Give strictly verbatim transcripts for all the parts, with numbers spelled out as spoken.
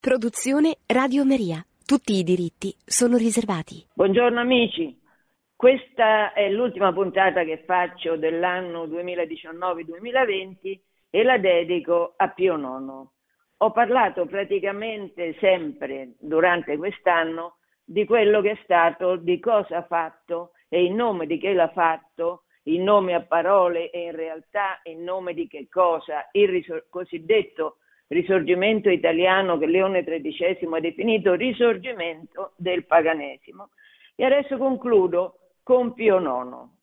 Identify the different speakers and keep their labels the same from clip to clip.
Speaker 1: Produzione Radio Maria. Tutti i diritti sono riservati.
Speaker 2: Buongiorno amici, questa è l'ultima puntata che faccio dell'anno duemiladiciannove duemilaventi e la dedico a Pio nono. Ho parlato praticamente sempre durante quest'anno di quello che è stato, di cosa ha fatto e in nome di che l'ha fatto, in nome a parole e in realtà in nome di che cosa, il risor- cosiddetto risorgimento italiano che Leone tredicesimo ha definito risorgimento del paganesimo. E adesso concludo con Pio nono,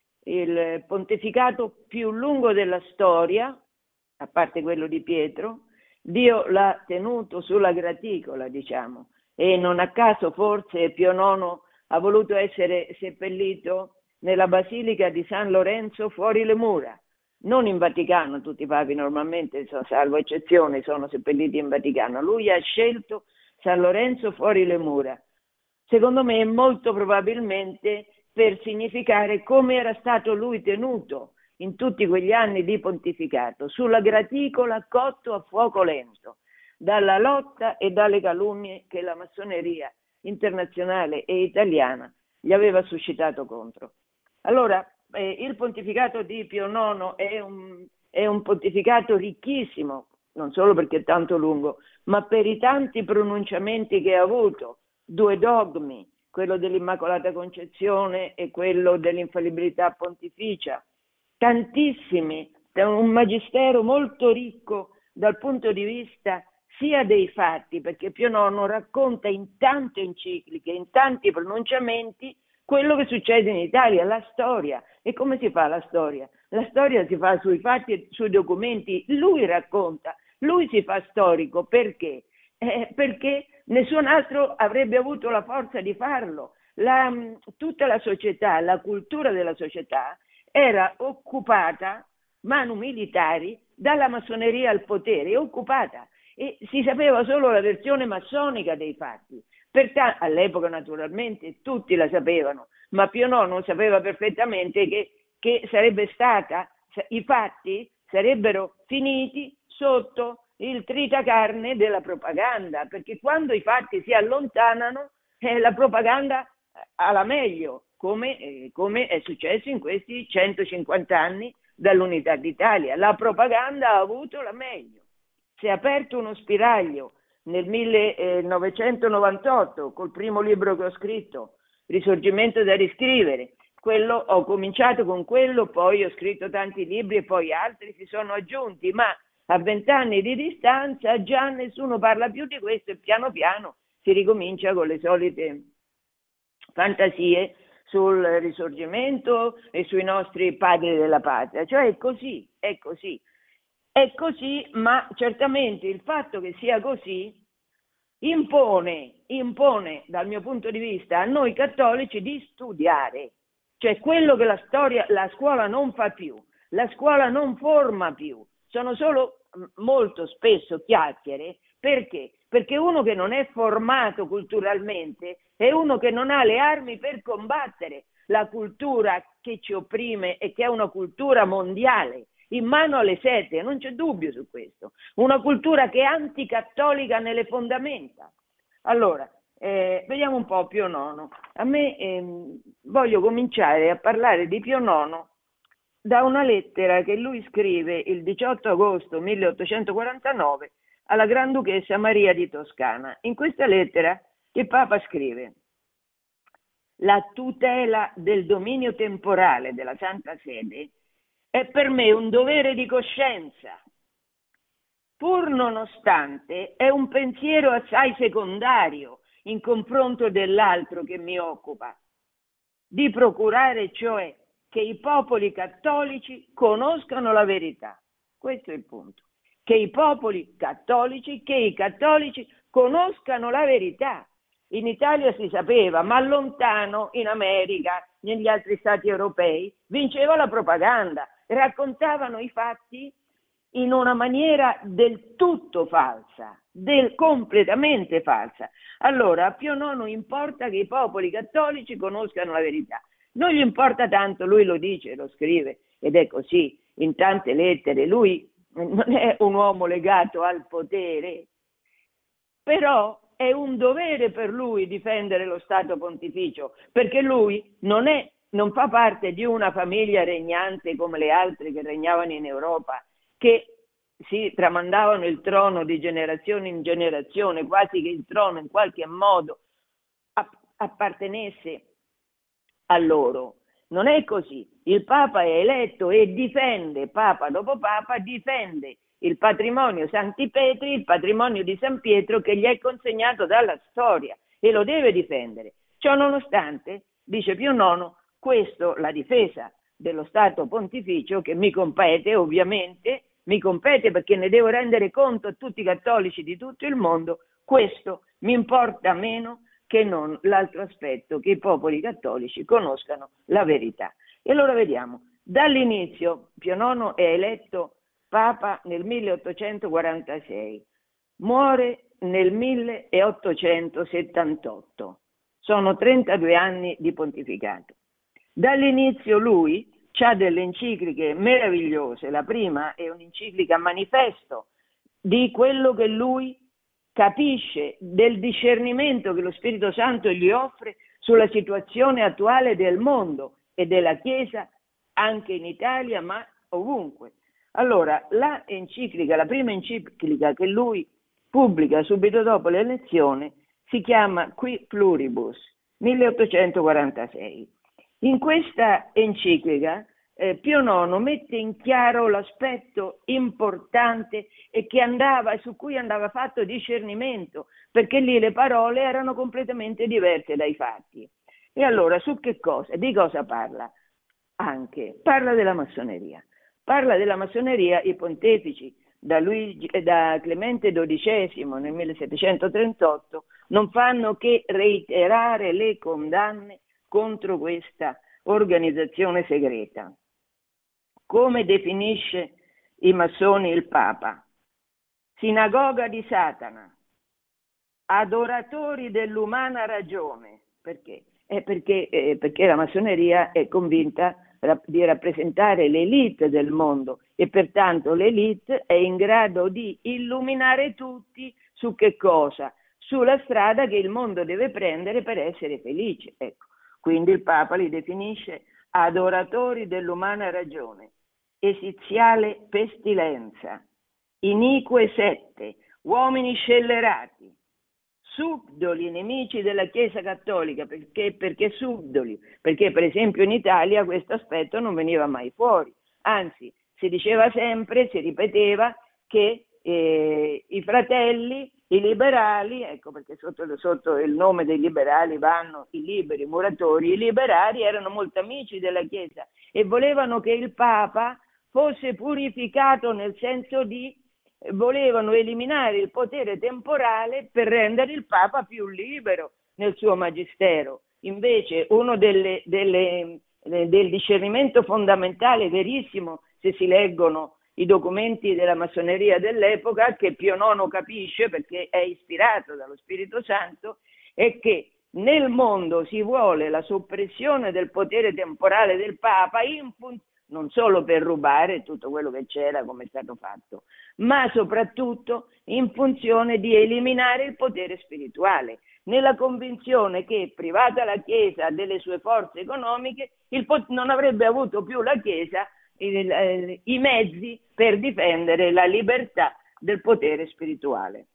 Speaker 2: il pontificato più lungo della storia, a parte quello di Pietro. Dio l'ha tenuto sulla graticola, diciamo, e non a caso forse Pio nono ha voluto essere seppellito nella Basilica di San Lorenzo fuori le mura. Non in Vaticano, tutti i papi normalmente, salvo eccezione, sono seppelliti in Vaticano. Lui ha scelto San Lorenzo fuori le mura. Secondo me molto probabilmente per significare come era stato lui tenuto in tutti quegli anni di pontificato, sulla graticola cotto a fuoco lento, dalla lotta e dalle calunnie che la massoneria internazionale e italiana gli aveva suscitato contro. Allora, Eh, il pontificato di Pio nono è un, è un pontificato ricchissimo, non solo perché è tanto lungo, ma per i tanti pronunciamenti che ha avuto, due dogmi, quello dell'Immacolata Concezione e quello dell'infallibilità pontificia, tantissimi, un magistero molto ricco dal punto di vista sia dei fatti, perché Pio nono racconta in tante encicliche, in tanti pronunciamenti, quello che succede in Italia, la storia. E come si fa la storia? La storia si fa sui fatti e sui documenti, lui racconta, lui si fa storico, perché? Eh, perché nessun altro avrebbe avuto la forza di farlo. La, tutta la società, la cultura della società era occupata, manu militari, dalla massoneria al potere, occupata, e si sapeva solo la versione massonica dei fatti. Pertanto, all'epoca naturalmente tutti la sapevano, ma Pio nono sapeva perfettamente che, che sarebbe stata, i fatti sarebbero finiti sotto il tritacarne della propaganda, perché quando i fatti si allontanano eh, la propaganda ha la meglio, come, eh, come è successo in questi centocinquanta anni dall'unità d'Italia. La propaganda ha avuto la meglio. Si è aperto uno spiraglio nel millenovecentonovantotto col primo libro che ho scritto, Risorgimento da riscrivere. Quello, ho cominciato con quello, poi ho scritto tanti libri e poi altri si sono aggiunti, ma a vent'anni di distanza già nessuno parla più di questo e piano piano si ricomincia con le solite fantasie sul risorgimento e sui nostri padri della patria. Cioè è così, è così. È così, ma certamente il fatto che sia così impone, impone dal mio punto di vista a noi cattolici di studiare, cioè quello che la storia, la scuola non fa più, la scuola non forma più, sono solo molto spesso chiacchiere. Perché? Perché uno che non è formato culturalmente è uno che non ha le armi per combattere la cultura che ci opprime e che è una cultura mondiale, in mano alle sette, non c'è dubbio su questo, una cultura che è anticattolica nelle fondamenta. Allora, eh, vediamo un po' Pio nono. A me ehm, voglio cominciare a parlare di Pio nono da una lettera che lui scrive il diciotto agosto milleottocentoquarantanove alla Granduchessa Maria di Toscana. In questa lettera il Papa scrive: la tutela del dominio temporale della Santa Sede è per me un dovere di coscienza. Pur nonostante è un pensiero assai secondario in confronto dell'altro che mi occupa, di procurare cioè che i popoli cattolici conoscano la verità. Questo è il punto. Che i popoli cattolici, che i cattolici conoscano la verità. In Italia si sapeva, ma lontano, in America, negli altri stati europei, vinceva la propaganda. Raccontavano i fatti in una maniera del tutto falsa, del completamente falsa. Allora a Pio nono importa che i popoli cattolici conoscano la verità. Non gli importa tanto, lui lo dice, lo scrive, ed è così in tante lettere. Lui non è un uomo legato al potere, però è un dovere per lui difendere lo Stato Pontificio, perché lui non è, non fa parte di una famiglia regnante come le altre che regnavano in Europa, che si tramandavano il trono di generazione in generazione, quasi che il trono in qualche modo appartenesse a loro. Non è così. Il Papa è eletto e difende, Papa dopo Papa, difende il patrimonio Santi Petri, il patrimonio di San Pietro che gli è consegnato dalla storia e lo deve difendere. Ciò nonostante, dice Pio nono, questo, la difesa dello Stato Pontificio, che mi compete ovviamente, mi compete perché ne devo rendere conto a tutti i cattolici di tutto il mondo, questo mi importa meno che non l'altro aspetto, che i popoli cattolici conoscano la verità. E allora vediamo, dall'inizio Pio nono è eletto Papa nel milleottocentoquarantasei, muore nel milleottocentosettantotto, sono trentadue anni di pontificato. Dall'inizio lui ha delle encicliche meravigliose, la prima è un'enciclica manifesto di quello che lui capisce, del discernimento che lo Spirito Santo gli offre sulla situazione attuale del mondo e della Chiesa anche in Italia ma ovunque. Allora, la enciclica, la prima enciclica che lui pubblica subito dopo l'elezione si chiama Qui Pluribus, milleottocentoquarantasei. In questa enciclica eh, Pio nono mette in chiaro l'aspetto importante e che andava, su cui andava fatto discernimento, perché lì le parole erano completamente diverse dai fatti. E allora su che cosa? Di cosa parla? Anche parla della massoneria. Parla della massoneria, i pontefici, da, Luigi, da Clemente dodicesimo nel millesettecentotrentotto, non fanno che reiterare le condanne contro questa organizzazione segreta. Come definisce i massoni il Papa? Sinagoga di Satana, adoratori dell'umana ragione. Perché? È perché, eh, perché la massoneria è convinta di rappresentare l'elite del mondo e pertanto l'elite è in grado di illuminare tutti su che cosa? Sulla strada che il mondo deve prendere per essere felice. Ecco. Quindi il Papa li definisce adoratori dell'umana ragione, esiziale pestilenza, inique sette, uomini scellerati, subdoli nemici della Chiesa Cattolica. Perché? Perché subdoli? Perché per esempio in Italia questo aspetto non veniva mai fuori, anzi si diceva sempre, si ripeteva che eh, i fratelli, i liberali, ecco perché sotto, sotto il nome dei liberali vanno i liberi, i muratori, i liberali erano molto amici della Chiesa e volevano che il Papa fosse purificato, nel senso di volevano eliminare il potere temporale per rendere il Papa più libero nel suo magistero. Invece uno delle, delle, del discernimento fondamentale, verissimo, se si leggono i documenti della massoneria dell'epoca, che Pio nono capisce perché è ispirato dallo Spirito Santo, è che nel mondo si vuole la soppressione del potere temporale del Papa in funzione non solo per rubare tutto quello che c'era come è stato fatto, ma soprattutto in funzione di eliminare il potere spirituale, nella convinzione che, privata la Chiesa delle sue forze economiche, il pot- non avrebbe avuto più la Chiesa il, eh, i mezzi per difendere la libertà del potere spirituale.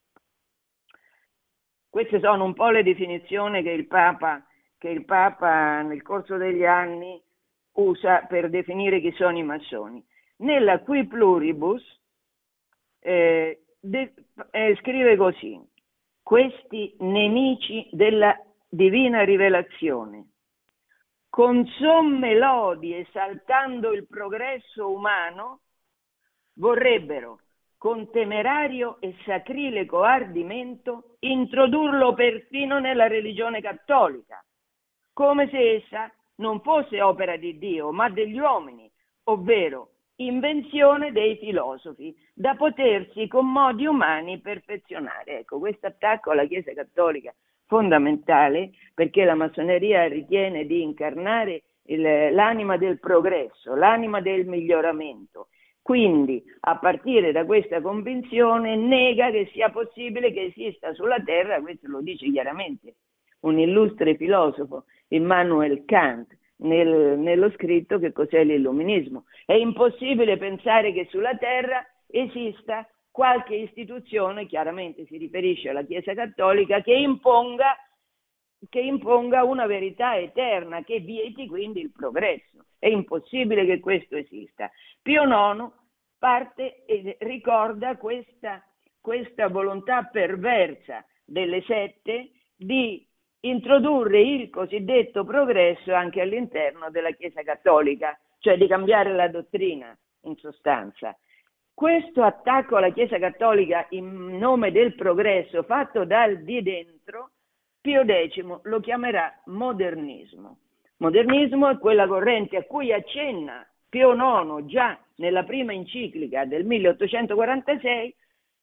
Speaker 2: Queste sono un po' le definizioni che il Papa, che il Papa nel corso degli anni usa per definire chi sono i massoni. Nella Qui Pluribus eh, de, eh, scrive così: questi nemici della divina rivelazione, con somme lodi esaltando il progresso umano, vorrebbero con temerario e sacrilego ardimento introdurlo perfino nella religione cattolica, come se essa non fosse opera di Dio, ma degli uomini, ovvero invenzione dei filosofi, da potersi con modi umani perfezionare. Ecco, questo attacco alla Chiesa Cattolica fondamentale, perché la massoneria ritiene di incarnare il, l'anima del progresso, l'anima del miglioramento. Quindi, a partire da questa convinzione, nega che sia possibile che esista sulla Terra, questo lo dice chiaramente un illustre filosofo, Immanuel Kant, nel, nello scritto Che cos'è l'illuminismo. È impossibile pensare che sulla Terra esista qualche istituzione, chiaramente si riferisce alla Chiesa Cattolica, che imponga, che imponga una verità eterna, che vieti quindi il progresso. È impossibile che questo esista. Pio nono parte e ricorda questa, questa volontà perversa delle sette di introdurre il cosiddetto progresso anche all'interno della Chiesa Cattolica, cioè di cambiare la dottrina, in sostanza. Questo attacco alla Chiesa Cattolica in nome del progresso fatto dal di dentro, Pio decimo lo chiamerà modernismo. Modernismo è quella corrente a cui accenna Pio nono già nella prima enciclica del milleottocentoquarantasei,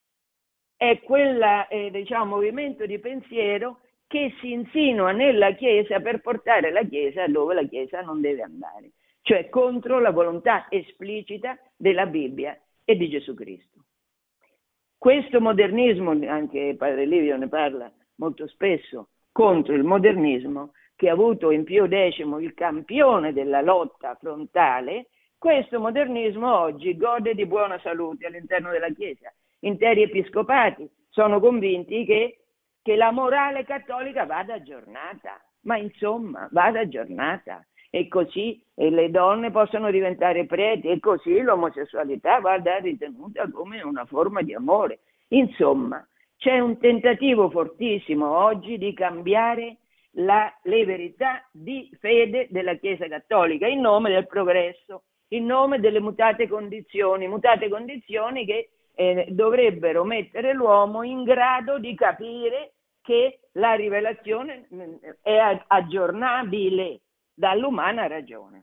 Speaker 2: è quel eh, diciamo, movimento di pensiero che si insinua nella Chiesa per portare la Chiesa dove la Chiesa non deve andare, cioè contro la volontà esplicita della Bibbia e di Gesù Cristo. Questo modernismo, anche Padre Livio ne parla molto spesso, contro il modernismo, che ha avuto in Pio decimo il campione della lotta frontale, questo modernismo oggi gode di buona salute all'interno della Chiesa. Interi episcopati sono convinti che, che la morale cattolica vada aggiornata, ma insomma vada aggiornata, e così e le donne possono diventare preti, e così l'omosessualità vada ritenuta come una forma di amore. Insomma, c'è un tentativo fortissimo oggi di cambiare la, le verità di fede della Chiesa Cattolica in nome del progresso, in nome delle mutate condizioni, mutate condizioni che eh, dovrebbero mettere l'uomo in grado di capire che la rivelazione è aggiornabile dall'umana ragione.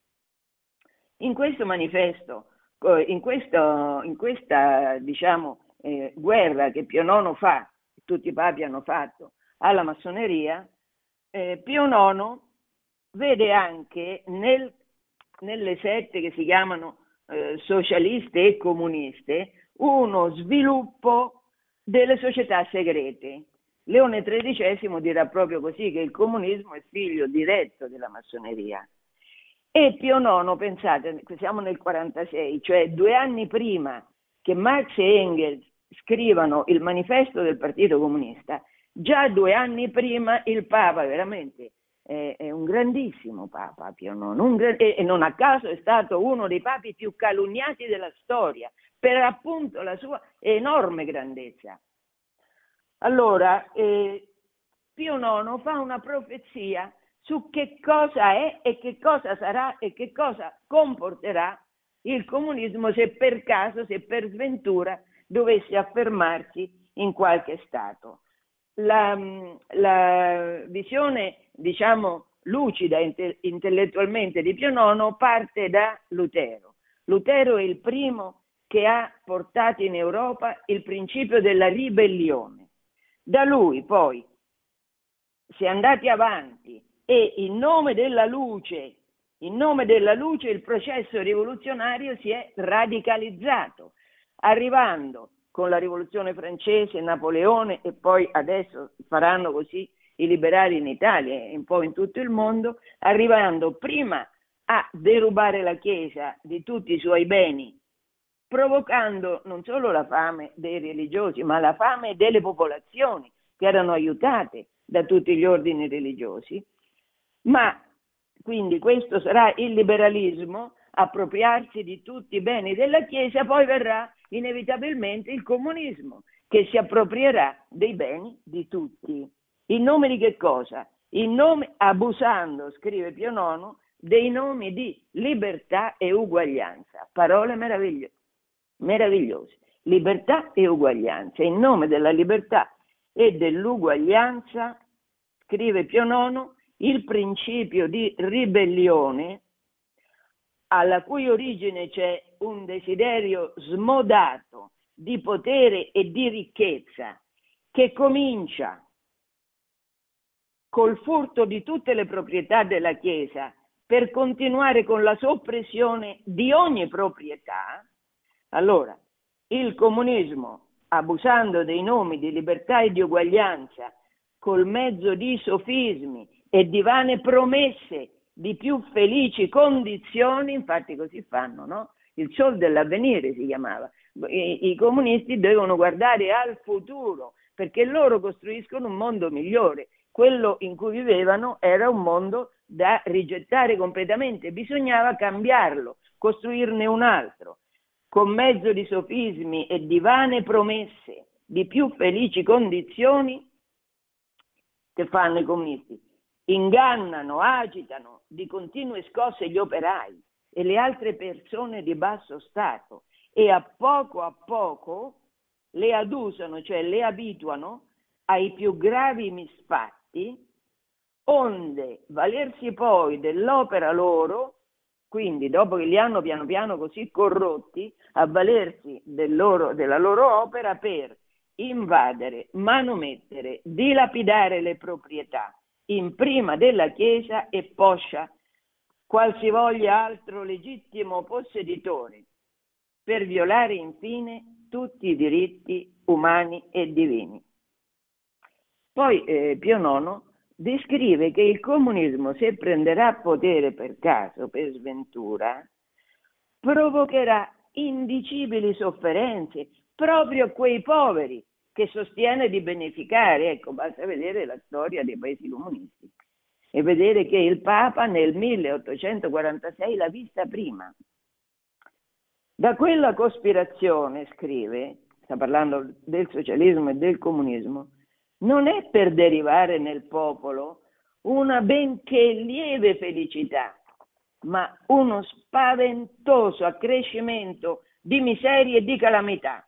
Speaker 2: In questo manifesto, in, questo, in questa diciamo, eh, guerra che Pio nono fa, tutti i papi hanno fatto, alla massoneria, eh, Pio nono vede anche nel, nelle sette che si chiamano eh, socialiste e comuniste uno sviluppo delle società segrete. Leone tredicesimo dirà proprio così, che il comunismo è figlio diretto della massoneria. E Pio nono, pensate, siamo nel quarantasei, cioè due anni prima che Marx e Engels scrivano il manifesto del Partito Comunista, già due anni prima il Papa, veramente, è, è un grandissimo Papa Pio nono, un, e, e non a caso è stato uno dei papi più calunniati della storia, per appunto la sua enorme grandezza. Allora, eh, Pio nono fa una profezia su che cosa è e che cosa sarà e che cosa comporterà il comunismo se per caso, se per sventura dovesse affermarsi in qualche stato. La, la visione, diciamo, lucida inte, intellettualmente di Pio nono parte da Lutero. Lutero è il primo che ha portato in Europa il principio della ribellione. Da lui poi si è andati avanti e in nome della luce, in nome della luce il processo rivoluzionario si è radicalizzato, arrivando con la rivoluzione francese, Napoleone, e poi adesso faranno così i liberali in Italia e un po' in tutto il mondo, arrivando prima a derubare la Chiesa di tutti i suoi beni, provocando non solo la fame dei religiosi, ma la fame delle popolazioni che erano aiutate da tutti gli ordini religiosi. Ma quindi questo sarà il liberalismo, appropriarsi di tutti i beni della Chiesa, poi verrà inevitabilmente il comunismo, che si approprierà dei beni di tutti. In nome di che cosa? In nome, abusando, scrive Pio nono, dei nomi di libertà e uguaglianza. Parole meravigliose. meravigliosi, libertà e uguaglianza. In nome della libertà e dell'uguaglianza, scrive Pio nono, il principio di ribellione, alla cui origine c'è un desiderio smodato di potere e di ricchezza, che comincia col furto di tutte le proprietà della Chiesa per continuare con la soppressione di ogni proprietà, Allora, il comunismo, abusando dei nomi di libertà e di uguaglianza, col mezzo di sofismi e di vane promesse di più felici condizioni, infatti così fanno, no? Il sol dell'avvenire si chiamava. I, I comunisti devono guardare al futuro, perché loro costruiscono un mondo migliore. Quello in cui vivevano era un mondo da rigettare completamente, bisognava cambiarlo, costruirne un altro, con mezzo di sofismi e di vane promesse di più felici condizioni. Che fanno i comunisti? Ingannano, agitano di continue scosse gli operai e le altre persone di basso stato e a poco a poco le adusano, cioè le abituano ai più gravi misfatti, onde valersi poi dell'opera loro, quindi dopo che li hanno piano piano così corrotti, avvalersi del loro, della loro opera per invadere, manomettere, dilapidare le proprietà, in prima della Chiesa e poscia qualsivoglia altro legittimo posseditore, per violare infine tutti i diritti umani e divini. Poi eh, Pio nono descrive che il comunismo, se prenderà potere per caso, per sventura, provocherà indicibili sofferenze proprio a quei poveri che sostiene di beneficare. Ecco, basta vedere la storia dei paesi comunisti e vedere che il Papa nel milleottocentoquarantasei l'ha vista prima. Da quella cospirazione, scrive, sta parlando del socialismo e del comunismo, non è per derivare nel popolo una benché lieve felicità, ma uno spaventoso accrescimento di miserie e di calamità.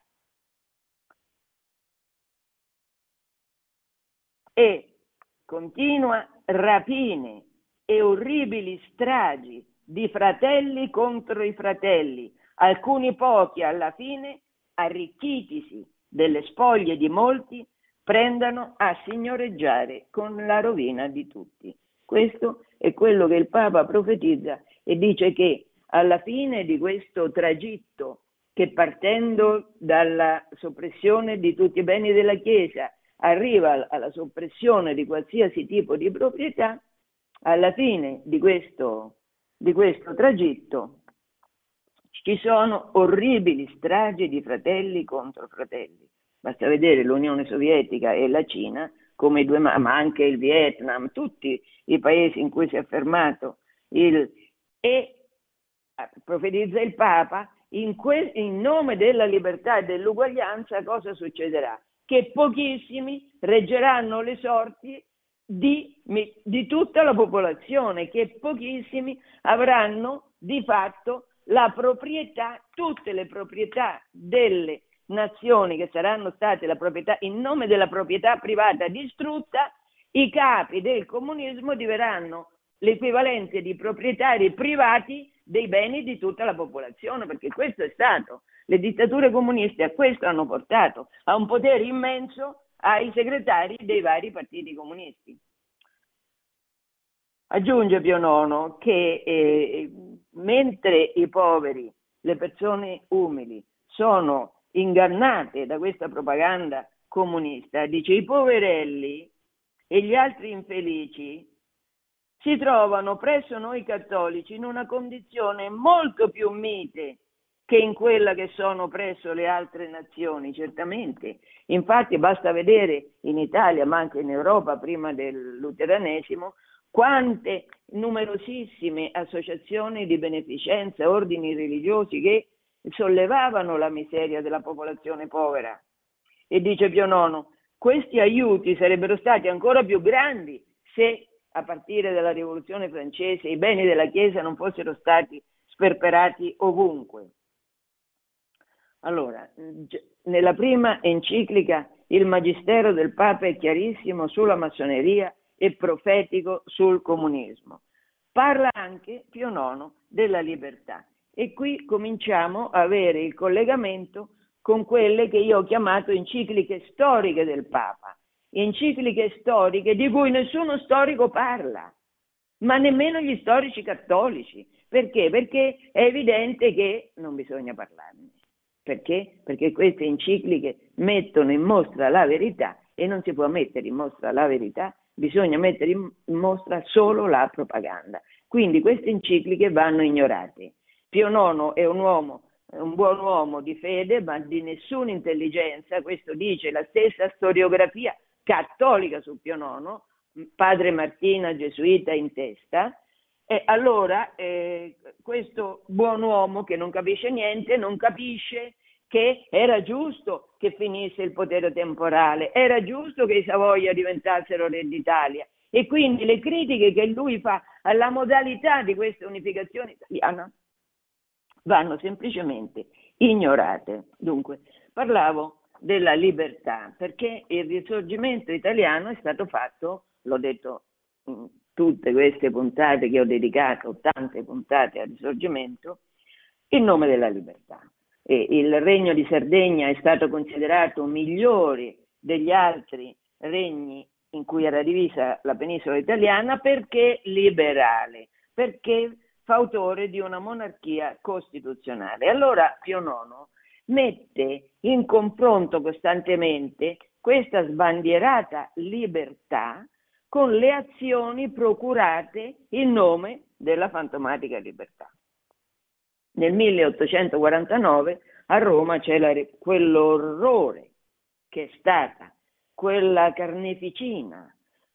Speaker 2: E continua rapine e orribili stragi di fratelli contro i fratelli, alcuni pochi alla fine, arricchitisi delle spoglie di molti, prendano a signoreggiare con la rovina di tutti. Questo è quello che il Papa profetizza e dice che alla fine di questo tragitto, che partendo dalla soppressione di tutti i beni della Chiesa arriva alla soppressione di qualsiasi tipo di proprietà, alla fine di questo, di questo tragitto ci sono orribili stragi di fratelli contro fratelli. Basta vedere l'Unione Sovietica e la Cina, come i due, ma anche il Vietnam, tutti i paesi in cui si è affermato il... E profetizza il Papa, in, que... in nome della libertà e dell'uguaglianza cosa succederà? Che pochissimi reggeranno le sorti di, di tutta la popolazione, che pochissimi avranno di fatto la proprietà, tutte le proprietà delle nazioni che saranno state la proprietà, in nome della proprietà privata distrutta, i capi del comunismo diverranno l'equivalente di proprietari privati dei beni di tutta la popolazione, perché questo è stato. Le dittature comuniste a questo hanno portato, a un potere immenso ai segretari dei vari partiti comunisti. Aggiunge Pio nono che eh, mentre i poveri, le persone umili, sono ingannate da questa propaganda comunista, dice i poverelli e gli altri infelici si trovano presso noi cattolici in una condizione molto più mite che in quella che sono presso le altre nazioni, certamente. Infatti basta vedere in Italia, ma anche in Europa prima del luteranesimo, quante numerosissime associazioni di beneficenza, ordini religiosi che sollevavano la miseria della popolazione povera. E dice Pio nono, questi aiuti sarebbero stati ancora più grandi se a partire dalla Rivoluzione francese i beni della Chiesa non fossero stati sperperati ovunque. Allora, nella prima enciclica il Magistero del Papa è chiarissimo sulla massoneria e profetico sul comunismo. Parla anche Pio nono della libertà e qui cominciamo a avere il collegamento con quelle che io ho chiamato encicliche storiche del Papa, encicliche storiche di cui nessuno storico parla, ma nemmeno gli storici cattolici. Perché? Perché è evidente che non bisogna parlarne. Perché? Perché queste encicliche mettono in mostra la verità e non si può mettere in mostra la verità, bisogna mettere in mostra solo la propaganda. Quindi queste encicliche vanno ignorate. Pio nono è un uomo, un buon uomo di fede, ma di nessuna intelligenza, questo dice la stessa storiografia cattolica su Pio nono, padre Martina, gesuita in testa. E allora eh, questo buon uomo che non capisce niente, non capisce che era giusto che finisse il potere temporale, era giusto che i Savoia diventassero re d'Italia, e quindi le critiche che lui fa alla modalità di questa unificazione italiana vanno semplicemente ignorate. Dunque, parlavo della libertà, perché il risorgimento italiano è stato fatto, l'ho detto in tutte queste puntate che ho dedicato, tante puntate al risorgimento, in nome della libertà. E il Regno di Sardegna è stato considerato migliore degli altri regni in cui era divisa la penisola italiana perché liberale, perché fautore di una monarchia costituzionale. Allora Pio nono mette in confronto costantemente questa sbandierata libertà con le azioni procurate in nome della fantomatica libertà. Nel milleottocentoquarantanove a Roma c'è la, quell'orrore che è stata, quella carneficina,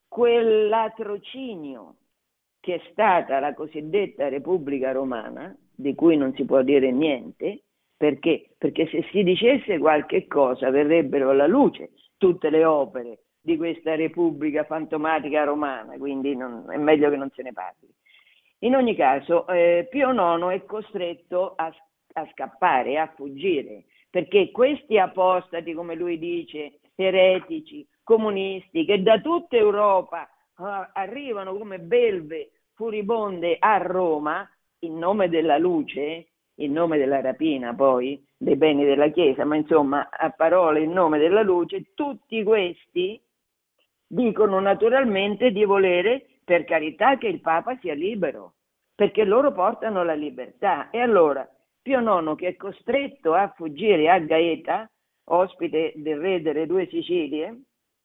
Speaker 2: quell'atrocinio che è stata la cosiddetta Repubblica Romana, di cui non si può dire niente, perché? Perché se si dicesse qualche cosa verrebbero alla luce tutte le opere di questa Repubblica fantomatica romana, quindi non, è meglio che non se ne parli. In ogni caso, eh, Pio nono è costretto a, a scappare, a fuggire, perché questi apostati, come lui dice, eretici, comunisti, che da tutta Europa uh, arrivano come belve furibonde a Roma, in nome della luce, in nome della rapina poi, dei beni della Chiesa, ma insomma a parole in nome della luce, tutti questi dicono naturalmente di volere, per carità, che il Papa sia libero, perché loro portano la libertà. E allora Pio nono, che è costretto a fuggire a Gaeta, ospite del re delle due Sicilie,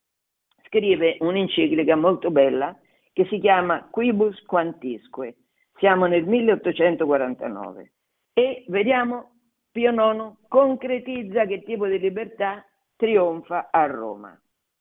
Speaker 2: scrive un'enciclica molto bella che si chiama Quibus Quantisque. Siamo nel milleottocentoquarantanove e vediamo Pio nono concretizza che tipo di libertà trionfa a Roma.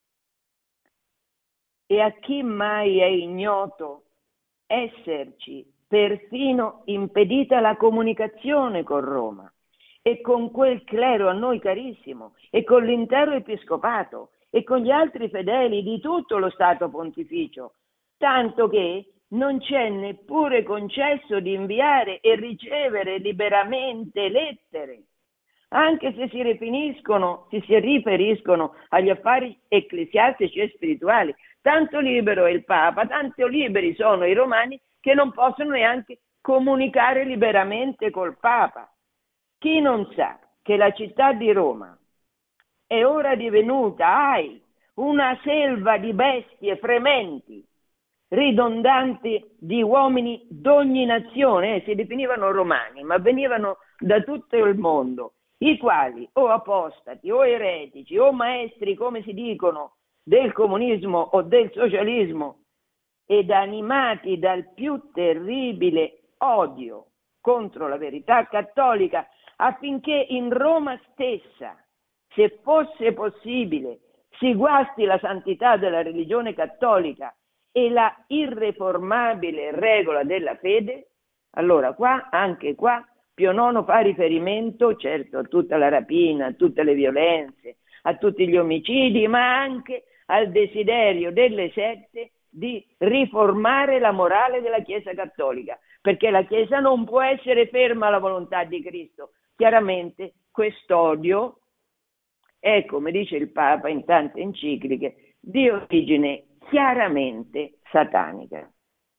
Speaker 2: E a chi mai è ignoto esserci perfino impedita la comunicazione con Roma e con quel clero a noi carissimo e con l'intero episcopato e con gli altri fedeli di tutto lo Stato Pontificio, tanto che non c'è neppure concesso di inviare e ricevere liberamente lettere, anche se si riferiscono, si, si riferiscono agli affari ecclesiastici e spirituali. Tanto libero è il Papa, tanto liberi sono i romani che non possono neanche comunicare liberamente col Papa. Chi non sa che la città di Roma è ora divenuta, ahi, una selva di bestie frementi, ridondanti di uomini d'ogni nazione, eh, si definivano romani, ma venivano da tutto il mondo, i quali o apostati o eretici o maestri, come si dicono, del comunismo o del socialismo, ed animati dal più terribile odio contro la verità cattolica, affinché in Roma stessa, se fosse possibile, si guasti la santità della religione cattolica e la irreformabile regola della fede. Allora qua, anche qua, Pio nono fa riferimento, certo, a tutta la rapina, a tutte le violenze, a tutti gli omicidi, ma anche al desiderio delle sette di riformare la morale della Chiesa cattolica, perché la Chiesa non può essere ferma alla volontà di Cristo. Chiaramente quest'odio è, come dice il Papa in tante encicliche, di origine chiaramente satanica.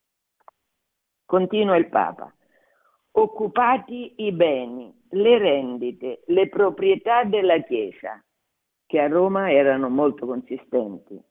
Speaker 2: Continua il Papa. Occupati i beni, le rendite, le proprietà della Chiesa, che a Roma erano molto consistenti,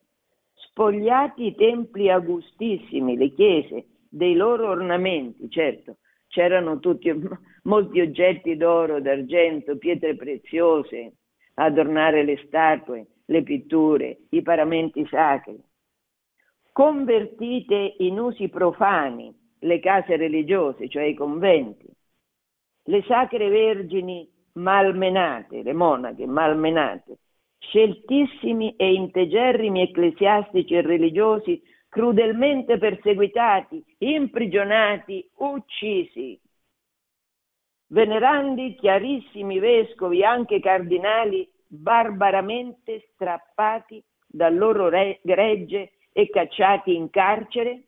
Speaker 2: spogliati i templi augustissimi, le chiese, dei loro ornamenti, certo, c'erano tutti, molti oggetti d'oro, d'argento, pietre preziose, adornare le statue, le pitture, i paramenti sacri. Convertite in usi profani le case religiose, cioè i conventi, le sacre vergini malmenate, le monache malmenate, sceltissimi e integerrimi ecclesiastici e religiosi crudelmente perseguitati, imprigionati, uccisi. Venerandi chiarissimi vescovi, anche cardinali, barbaramente strappati dal loro re- gregge e cacciati in carcere?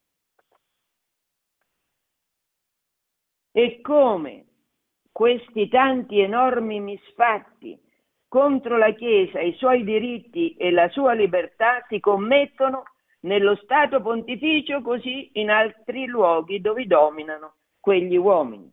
Speaker 2: E come questi tanti enormi misfatti contro la Chiesa, i suoi diritti e la sua libertà si commettono nello Stato Pontificio, così in altri luoghi dove dominano quegli uomini.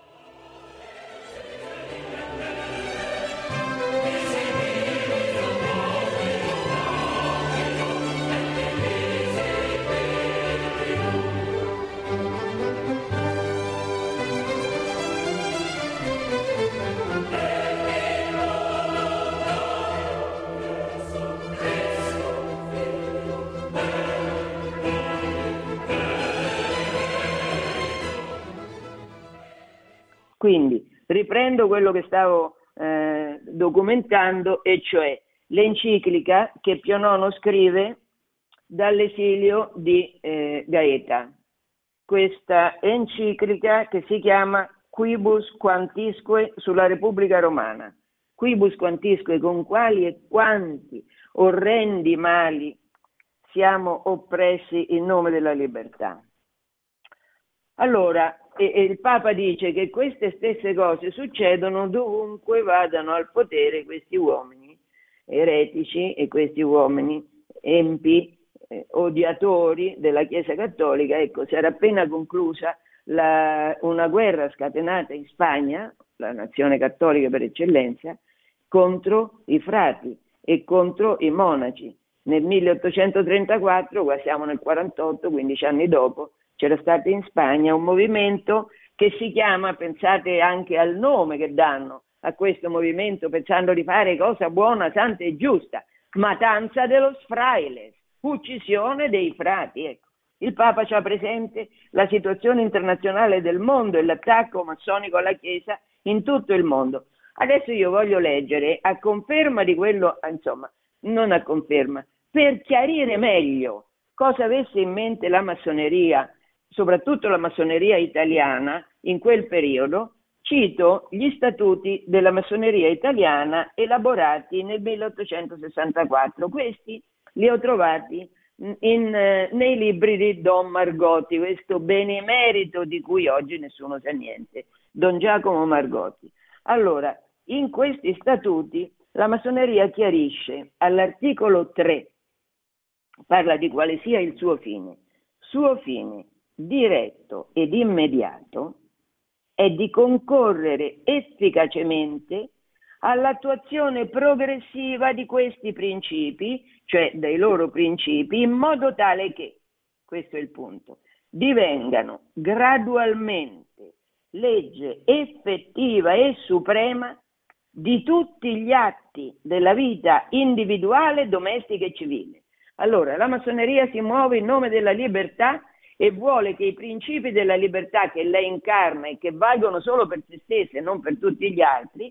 Speaker 2: Quindi riprendo quello che stavo eh, documentando, e cioè l'enciclica che Pio nono scrive dall'esilio di eh, Gaeta. Questa enciclica che si chiama Quibus Quantisque sulla Repubblica Romana. Quibus Quantisque, con quali e quanti orrendi mali siamo oppressi in nome della libertà. Allora, e, e il Papa dice che queste stesse cose succedono dovunque vadano al potere questi uomini eretici e questi uomini empi, eh, odiatori della Chiesa Cattolica. Ecco, si era appena conclusa la, una guerra scatenata in Spagna, la nazione cattolica per eccellenza, contro i frati e contro i monaci. Nel milleottocentotrentaquattro, qua siamo nel quarantotto, quindici anni dopo, c'era stato in Spagna un movimento che si chiama, pensate anche al nome che danno a questo movimento, pensando di fare cosa buona, santa e giusta, Matanza de los Frailes, uccisione dei frati. Ecco, il Papa c'ha presente la situazione internazionale del mondo e l'attacco massonico alla Chiesa in tutto il mondo. Adesso io voglio leggere, a conferma di quello, insomma, non a conferma, per chiarire meglio cosa avesse in mente la massoneria, soprattutto la massoneria italiana in quel periodo, cito gli statuti della massoneria italiana elaborati nel milleottocentosessantaquattro. Questi li ho trovati in, eh, nei libri di Don Margotti, questo benemerito di cui oggi nessuno sa niente, Don Giacomo Margotti. Allora, in questi statuti la massoneria chiarisce all'articolo tre, parla di quale sia il suo fine. Suo fine diretto ed immediato è di concorrere efficacemente all'attuazione progressiva di questi principi, cioè dei loro principi, in modo tale che, questo è il punto, divengano gradualmente legge effettiva e suprema di tutti gli atti della vita individuale, domestica e civile. Allora, la massoneria si muove in nome della libertà e vuole che i principi della libertà che lei incarna e che valgono solo per se stessa e non per tutti gli altri,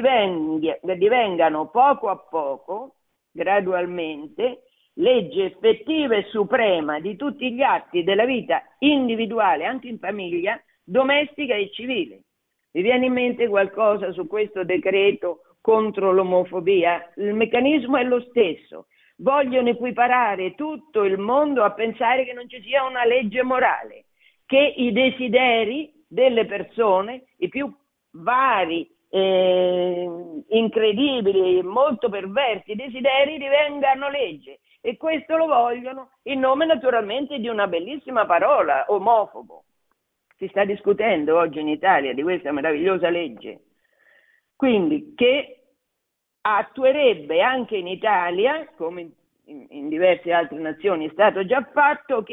Speaker 2: divengano poco a poco, gradualmente, legge effettiva e suprema di tutti gli atti della vita individuale, anche in famiglia, domestica e civile. Vi viene in mente qualcosa su questo decreto contro l'omofobia? Il meccanismo è lo stesso. Vogliono equiparare tutto il mondo a pensare che non ci sia una legge morale, che i desideri delle persone, i più vari, eh, incredibili, molto perversi desideri, divengano legge. E questo lo vogliono in nome naturalmente di una bellissima parola, omofobo. Si sta discutendo oggi in Italia di questa meravigliosa legge, quindi che attuerebbe anche in Italia, come in, in diverse altre nazioni è stato già fatto, che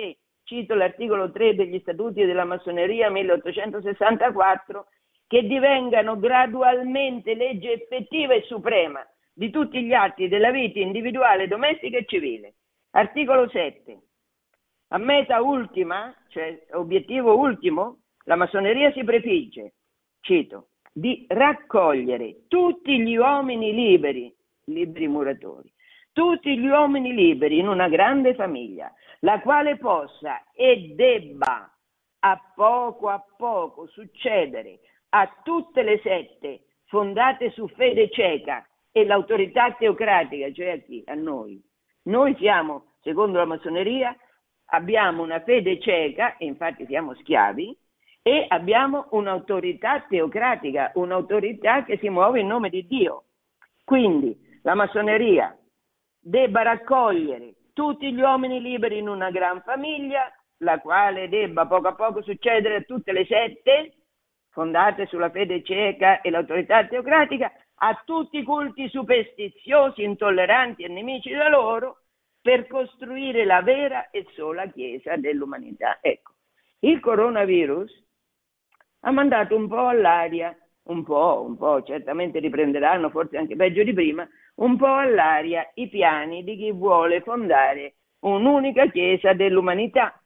Speaker 2: cito l'articolo tre degli Statuti della Massoneria milleottocentosessantaquattro, che divengano gradualmente legge effettiva e suprema di tutti gli atti della vita individuale, domestica e civile. Articolo sette. A meta ultima, cioè obiettivo ultimo, la massoneria si prefigge, cito, di raccogliere tutti gli uomini liberi, liberi muratori, tutti gli uomini liberi in una grande famiglia, la quale possa e debba a poco a poco succedere a tutte le sette fondate su fede cieca e l'autorità teocratica, cioè a chi? A noi. Noi siamo, secondo la massoneria, abbiamo una fede cieca, e infatti siamo schiavi, e abbiamo un'autorità teocratica, un'autorità che si muove in nome di Dio. Quindi la massoneria debba raccogliere tutti gli uomini liberi in una gran famiglia, la quale debba poco a poco succedere a tutte le sette, fondate sulla fede cieca e l'autorità teocratica, a tutti i culti superstiziosi, intolleranti e nemici da loro, per costruire la vera e sola Chiesa dell'umanità. Ecco, il coronavirus ha mandato un po' all'aria, un po', un po', certamente riprenderanno, forse anche peggio di prima, un po' all'aria i piani di chi vuole fondare un'unica Chiesa dell'umanità.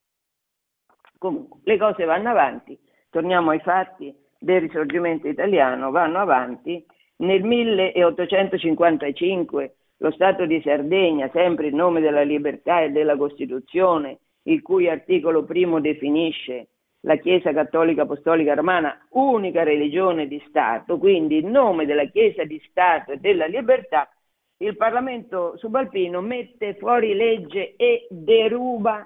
Speaker 2: Comunque, le cose vanno avanti, torniamo ai fatti del Risorgimento italiano, vanno avanti. Nel milleottocentocinquantacinque lo Stato di Sardegna, sempre in nome della libertà e della Costituzione, il cui articolo primo definisce la Chiesa Cattolica Apostolica Romana unica religione di Stato, quindi in nome della Chiesa di Stato e della libertà, il Parlamento subalpino mette fuori legge e deruba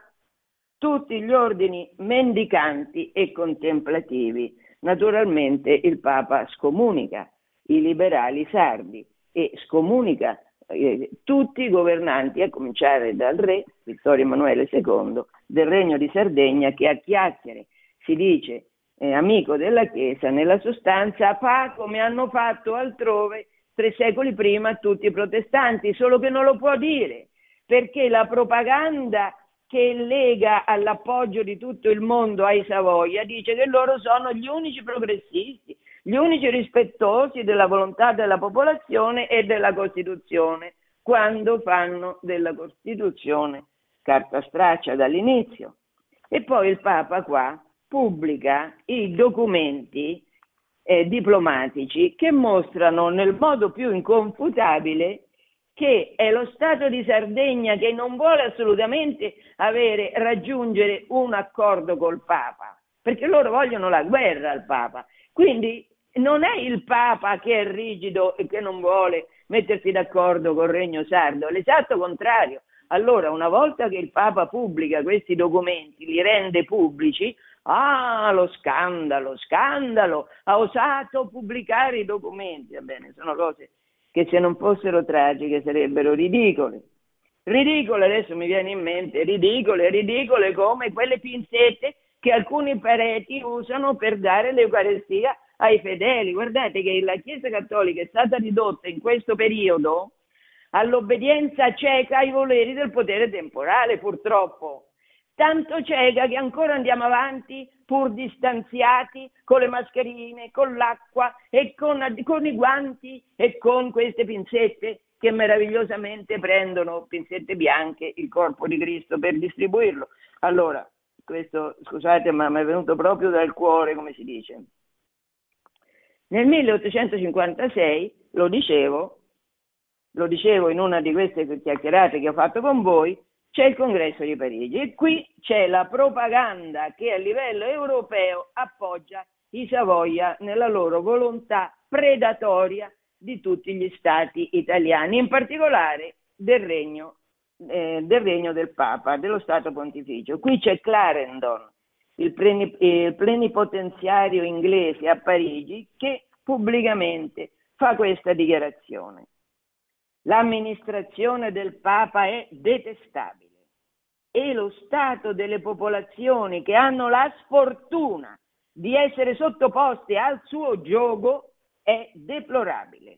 Speaker 2: tutti gli ordini mendicanti e contemplativi. Naturalmente il Papa scomunica i liberali sardi e scomunica eh, tutti i governanti, a cominciare dal re Vittorio Emanuele secondo del Regno di Sardegna, che a chiacchiere si dice eh, amico della Chiesa, nella sostanza fa come hanno fatto altrove tre secoli prima tutti i protestanti, solo che non lo può dire, perché la propaganda che lega all'appoggio di tutto il mondo ai Savoia dice che loro sono gli unici progressisti, gli unici rispettosi della volontà della popolazione e della Costituzione, quando fanno della Costituzione carta straccia dall'inizio. E poi il Papa qua pubblica i documenti eh, diplomatici che mostrano nel modo più inconfutabile che è lo Stato di Sardegna che non vuole assolutamente avere, raggiungere un accordo col Papa, perché loro vogliono la guerra al Papa. Quindi non è il Papa che è rigido e che non vuole mettersi d'accordo col Regno Sardo, è l'esatto contrario. Allora, una volta che il Papa pubblica questi documenti, li rende pubblici, ah, lo scandalo, scandalo, ha osato pubblicare i documenti. Va bene, sono cose che se non fossero tragiche sarebbero ridicole. Ridicole, adesso mi viene in mente, ridicole, ridicole come quelle pinzette che alcuni preti usano per dare l'Eucaristia ai fedeli. Guardate che la Chiesa Cattolica è stata ridotta in questo periodo all'obbedienza cieca ai voleri del potere temporale, purtroppo. Tanto cieca che ancora andiamo avanti pur distanziati con le mascherine, con l'acqua e con, con i guanti e con queste pinzette che meravigliosamente prendono, pinzette bianche, il corpo di Cristo per distribuirlo. Allora, questo, scusate, ma mi è venuto proprio dal cuore, come si dice. Nel milleottocentocinquantasei, lo dicevo, lo dicevo in una di queste chiacchierate che ho fatto con voi, c'è il Congresso di Parigi e qui c'è la propaganda che a livello europeo appoggia i Savoia nella loro volontà predatoria di tutti gli stati italiani, in particolare del regno, eh, del regno del Papa, dello Stato Pontificio. Qui c'è Clarendon, il, pleni, il plenipotenziario inglese a Parigi, che pubblicamente fa questa dichiarazione. L'amministrazione del Papa è detestabile e lo stato delle popolazioni che hanno la sfortuna di essere sottoposte al suo giogo è deplorabile.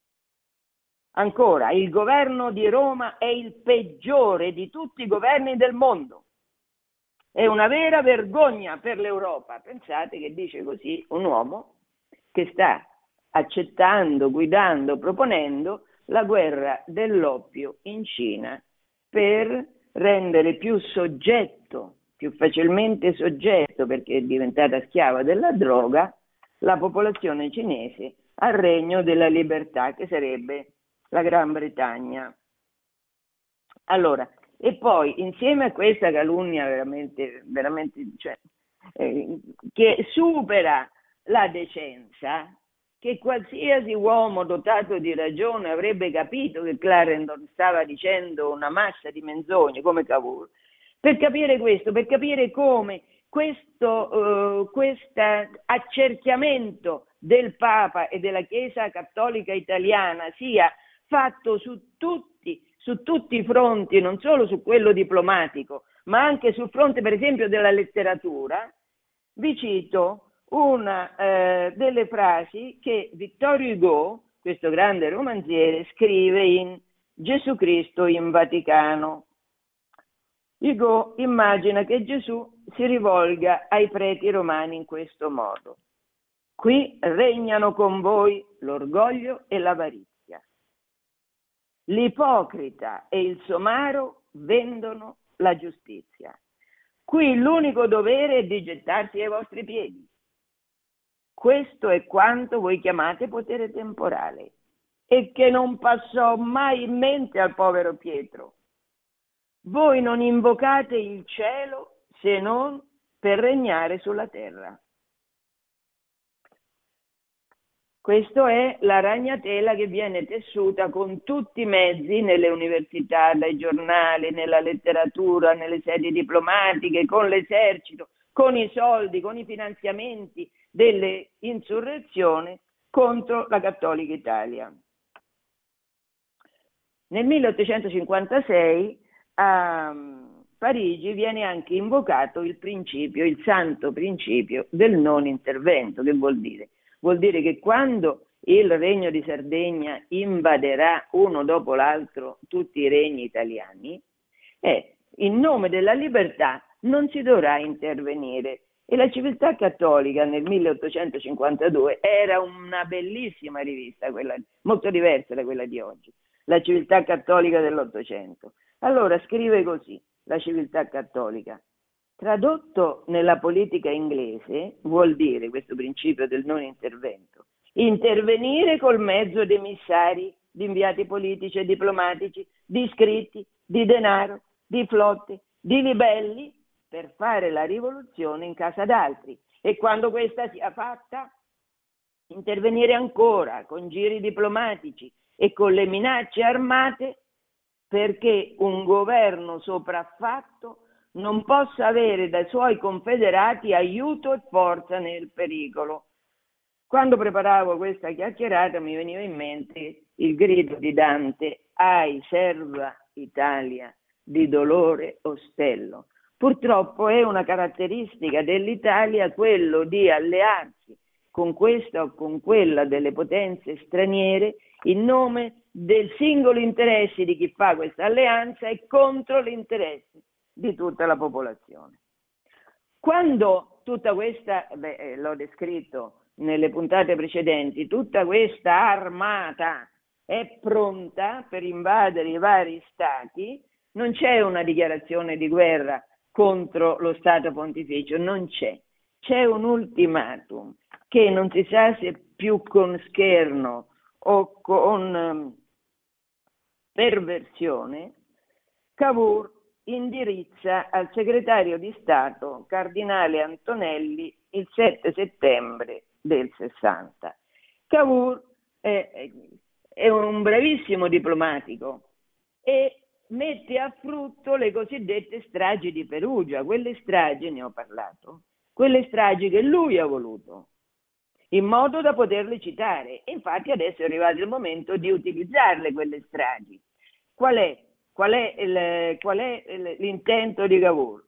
Speaker 2: Ancora, il governo di Roma è il peggiore di tutti i governi del mondo. è una vera vergogna per l'Europa. Pensate che dice così un uomo che sta accettando, guidando, proponendo la guerra dell'oppio in Cina per rendere più soggetto, più facilmente soggetto, perché è diventata schiava della droga, la popolazione cinese al regno della libertà, che sarebbe la Gran Bretagna. Allora, e poi insieme a questa calunnia veramente, veramente, cioè, eh, che supera la decenza, che qualsiasi uomo dotato di ragione avrebbe capito che Clarendon stava dicendo una massa di menzogne come Cavour. Per capire questo, per capire come questo uh, questo accerchiamento del Papa e della Chiesa Cattolica Italiana sia fatto su tutti, su tutti i fronti, non solo su quello diplomatico, ma anche sul fronte, per esempio, della letteratura, vi cito una eh, delle frasi che Vittorio Hugo, questo grande romanziere, scrive in Gesù Cristo in Vaticano. Hugo immagina che Gesù si rivolga ai preti romani in questo modo: qui regnano con voi l'orgoglio e l'avarizia, l'ipocrita e il somaro vendono la giustizia, qui l'unico dovere è di gettarsi ai vostri piedi. Questo è quanto voi chiamate potere temporale e che non passò mai in mente al povero Pietro. Voi non invocate il cielo se non per regnare sulla terra. Questa è la ragnatela che viene tessuta con tutti i mezzi nelle università, dai giornali, nella letteratura, nelle sedi diplomatiche, con l'esercito, con i soldi, con i finanziamenti delle insurrezioni contro la Cattolica Italia. Nel milleottocentocinquantasei a Parigi viene anche invocato il principio, il santo principio del non intervento. Che vuol dire? Vuol dire che quando il Regno di Sardegna invaderà uno dopo l'altro tutti i regni italiani, eh, in nome della libertà non si dovrà intervenire. E la Civiltà Cattolica nel milleottocentocinquantadue era una bellissima rivista, quella, molto diversa da quella di oggi, la Civiltà Cattolica dell'Ottocento. Allora scrive così la Civiltà Cattolica: tradotto nella politica inglese vuol dire, questo principio del non intervento, intervenire col mezzo di emissari, di inviati politici e diplomatici, di scritti, di denaro, di flotte, di libelli, per fare la rivoluzione in casa d'altri, e quando questa sia fatta intervenire ancora con giri diplomatici e con le minacce armate, perché un governo sopraffatto non possa avere dai suoi confederati aiuto e forza nel pericolo. Quando preparavo questa chiacchierata mi veniva in mente il grido di Dante: ai serva Italia di dolore ostello. Purtroppo è una caratteristica dell'Italia quello di allearsi con questa o con quella delle potenze straniere in nome del singolo interesse di chi fa questa alleanza e contro l'interesse di tutta la popolazione. Quando tutta questa, beh, l'ho descritto nelle puntate precedenti, tutta questa armata è pronta per invadere i vari stati, non c'è una dichiarazione di guerra contro lo Stato Pontificio, non c'è. C'è un ultimatum che non si sa se più con scherno o con um, perversione Cavour indirizza al segretario di Stato Cardinale Antonelli il sette settembre del sessanta. Cavour è, è un bravissimo diplomatico e mette a frutto le cosiddette stragi di Perugia, quelle stragi, ne ho parlato, quelle stragi che lui ha voluto, in modo da poterle citare. E infatti adesso è arrivato il momento di utilizzarle quelle stragi. Qual è, qual è, il, qual è l'intento di Cavour?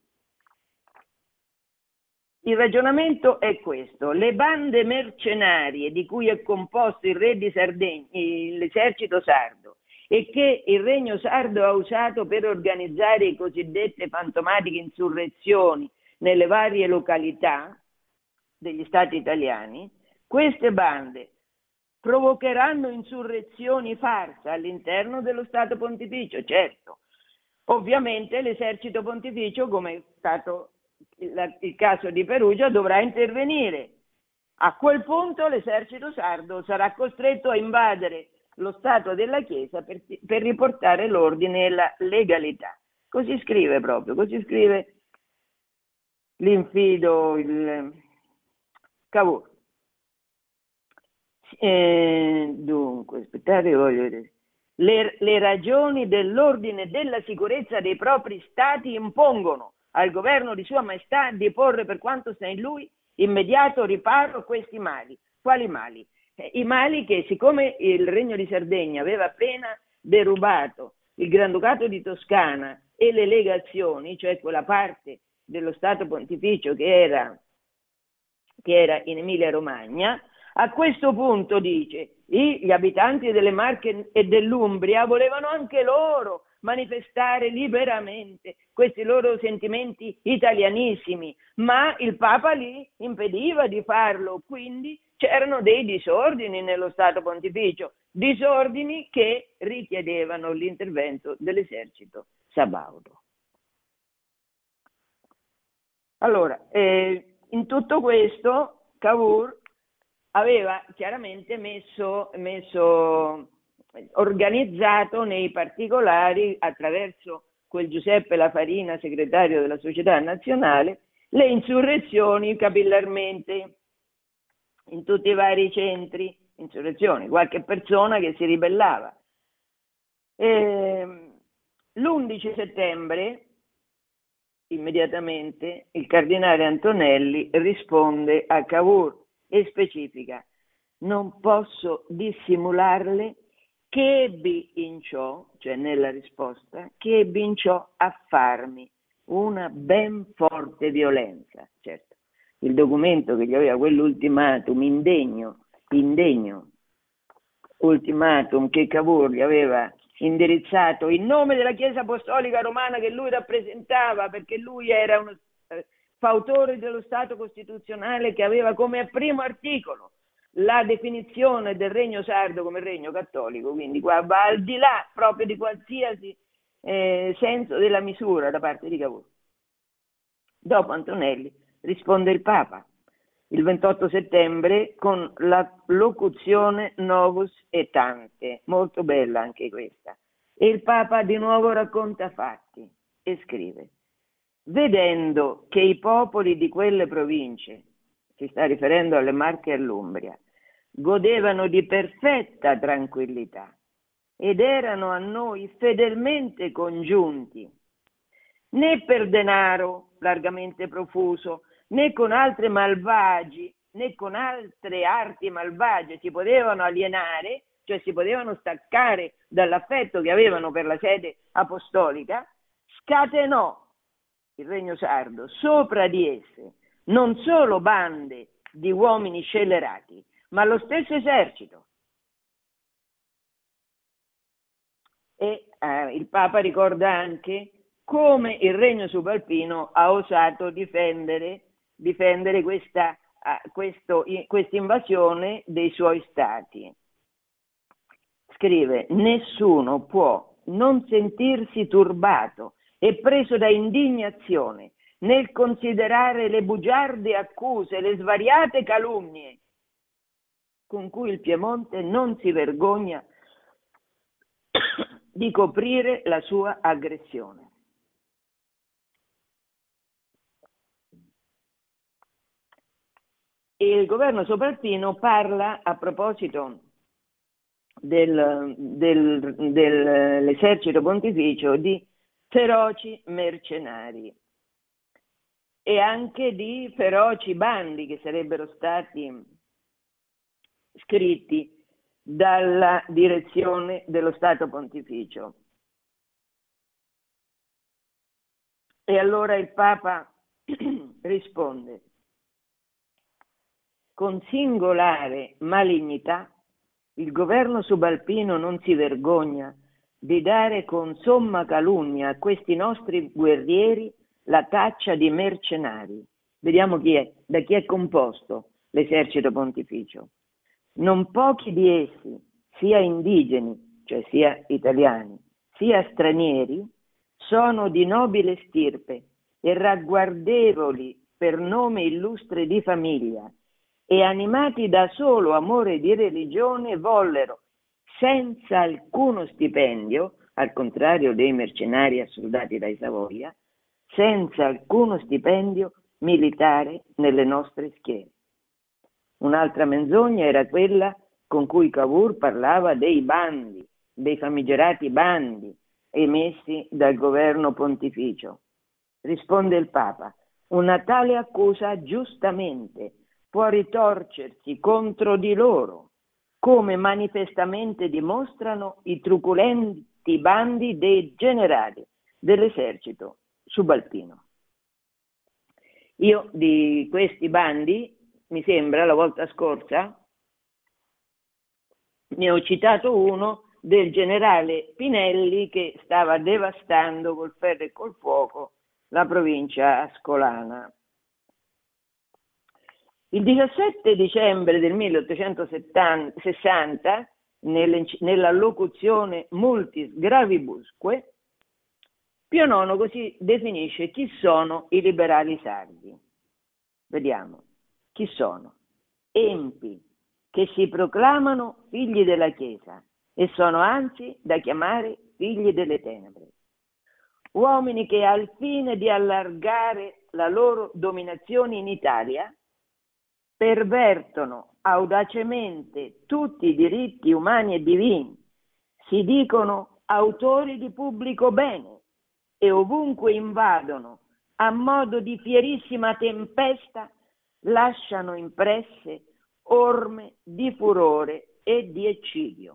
Speaker 2: Il ragionamento è questo: le bande mercenarie di cui è composto il re di Sardegna, l'esercito sardo, e che il regno sardo ha usato per organizzare le cosiddette fantomatiche insurrezioni nelle varie località degli stati italiani, queste bande provocheranno insurrezioni farsa all'interno dello Stato Pontificio, certo. Ovviamente l'esercito pontificio, come è stato il, il caso di Perugia, dovrà intervenire. A quel punto l'esercito sardo sarà costretto a invadere lo Stato della Chiesa per, per riportare l'ordine e la legalità. Così scrive proprio, così scrive l'infido, il Cavour. Eh, dunque, aspettate, voglio vedere. Le, le ragioni dell'ordine e della sicurezza dei propri stati impongono al governo di Sua Maestà di porre per quanto sta in lui immediato riparo a questi mali. Quali mali? Eh, I mali che, siccome il Regno di Sardegna aveva appena derubato il Granducato di Toscana e le legazioni, cioè quella parte dello Stato Pontificio che era, che era in Emilia-Romagna, a questo punto dice, gli abitanti delle Marche e dell'Umbria volevano anche loro manifestare liberamente questi loro sentimenti italianissimi, ma il Papa lì impediva di farlo, quindi c'erano dei disordini nello Stato Pontificio, disordini che richiedevano l'intervento dell'esercito sabaudo. Allora, eh, in tutto questo Cavour aveva chiaramente messo, messo, organizzato nei particolari, attraverso quel Giuseppe Lafarina, segretario della Società Nazionale, le insurrezioni capillarmente in tutti i vari centri, insurrezioni, qualche persona che si ribellava. E l'undici settembre, immediatamente, il cardinale Antonelli risponde a Cavour e specifica: non posso dissimularle che ebbi in ciò, cioè nella risposta, che ebbi in ciò a farmi una ben forte violenza. Certo, il documento che gli aveva quell'ultimatum indegno, indegno ultimatum che Cavour gli aveva indirizzato in nome della Chiesa Apostolica Romana che lui rappresentava, perché lui era uno eh, fautore dello Stato costituzionale che aveva come primo articolo la definizione del regno sardo come regno cattolico, quindi qua va al di là proprio di qualsiasi eh, senso della misura da parte di Cavour. Dopo Antonelli risponde il Papa il ventotto settembre con la locuzione Novus Etante, molto bella anche questa, e il Papa di nuovo racconta fatti e scrive: vedendo che i popoli di quelle province, si sta riferendo alle Marche e all'Umbria, godevano di perfetta tranquillità ed erano a noi fedelmente congiunti, né per denaro largamente profuso, né con altre malvagi, né con altre arti malvagie si potevano alienare, cioè si potevano staccare dall'affetto che avevano per la sede apostolica, scatenò il regno sardo sopra di esse non solo bande di uomini scellerati, ma lo stesso esercito. E eh, il Papa ricorda anche come il regno subalpino ha osato difendere, difendere questa questa invasione dei suoi stati. Scrive: nessuno può non sentirsi turbato e preso da indignazione nel considerare le bugiarde accuse, le svariate calunnie con cui il Piemonte non si vergogna di coprire la sua aggressione. Il governo subalpino parla, a proposito del, del, dell'esercito pontificio, di feroci mercenari e anche di feroci bandi che sarebbero stati scritti dalla direzione dello Stato Pontificio. E allora il Papa risponde: con singolare malignità il governo subalpino non si vergogna di dare con somma calunnia a questi nostri guerrieri la taccia di mercenari. Vediamo chi è, da chi è composto l'esercito pontificio. Non pochi di essi, sia indigeni, cioè sia italiani, sia stranieri, sono di nobile stirpe e ragguardevoli per nome illustre di famiglia, e animati da solo amore di religione vollero, senza alcuno stipendio, al contrario dei mercenari assoldati dai Savoia, senza alcuno stipendio militare nelle nostre schiere. Un'altra menzogna era quella con cui Cavour parlava dei bandi, dei famigerati bandi emessi dal governo pontificio. Risponde il Papa: una tale accusa giustamente può ritorcersi contro di loro, come manifestamente dimostrano i truculenti bandi dei generali dell'esercito subalpino. Io di questi bandi, mi sembra, la volta scorsa, ne ho citato uno del generale Pinelli che stava devastando col ferro e col fuoco la provincia ascolana. Il diciassette dicembre del milleottocentosessanta, nella locuzione Multis Gravibusque, Pio nono così definisce chi sono i liberali sardi. Vediamo. Chi sono? Empi, che si proclamano figli della Chiesa e sono anzi da chiamare figli delle tenebre. Uomini che al fine di allargare la loro dominazione in Italia pervertono audacemente tutti i diritti umani e divini, si dicono autori di pubblico bene e ovunque invadono a modo di fierissima tempesta lasciano impresse orme di furore e di eccidio.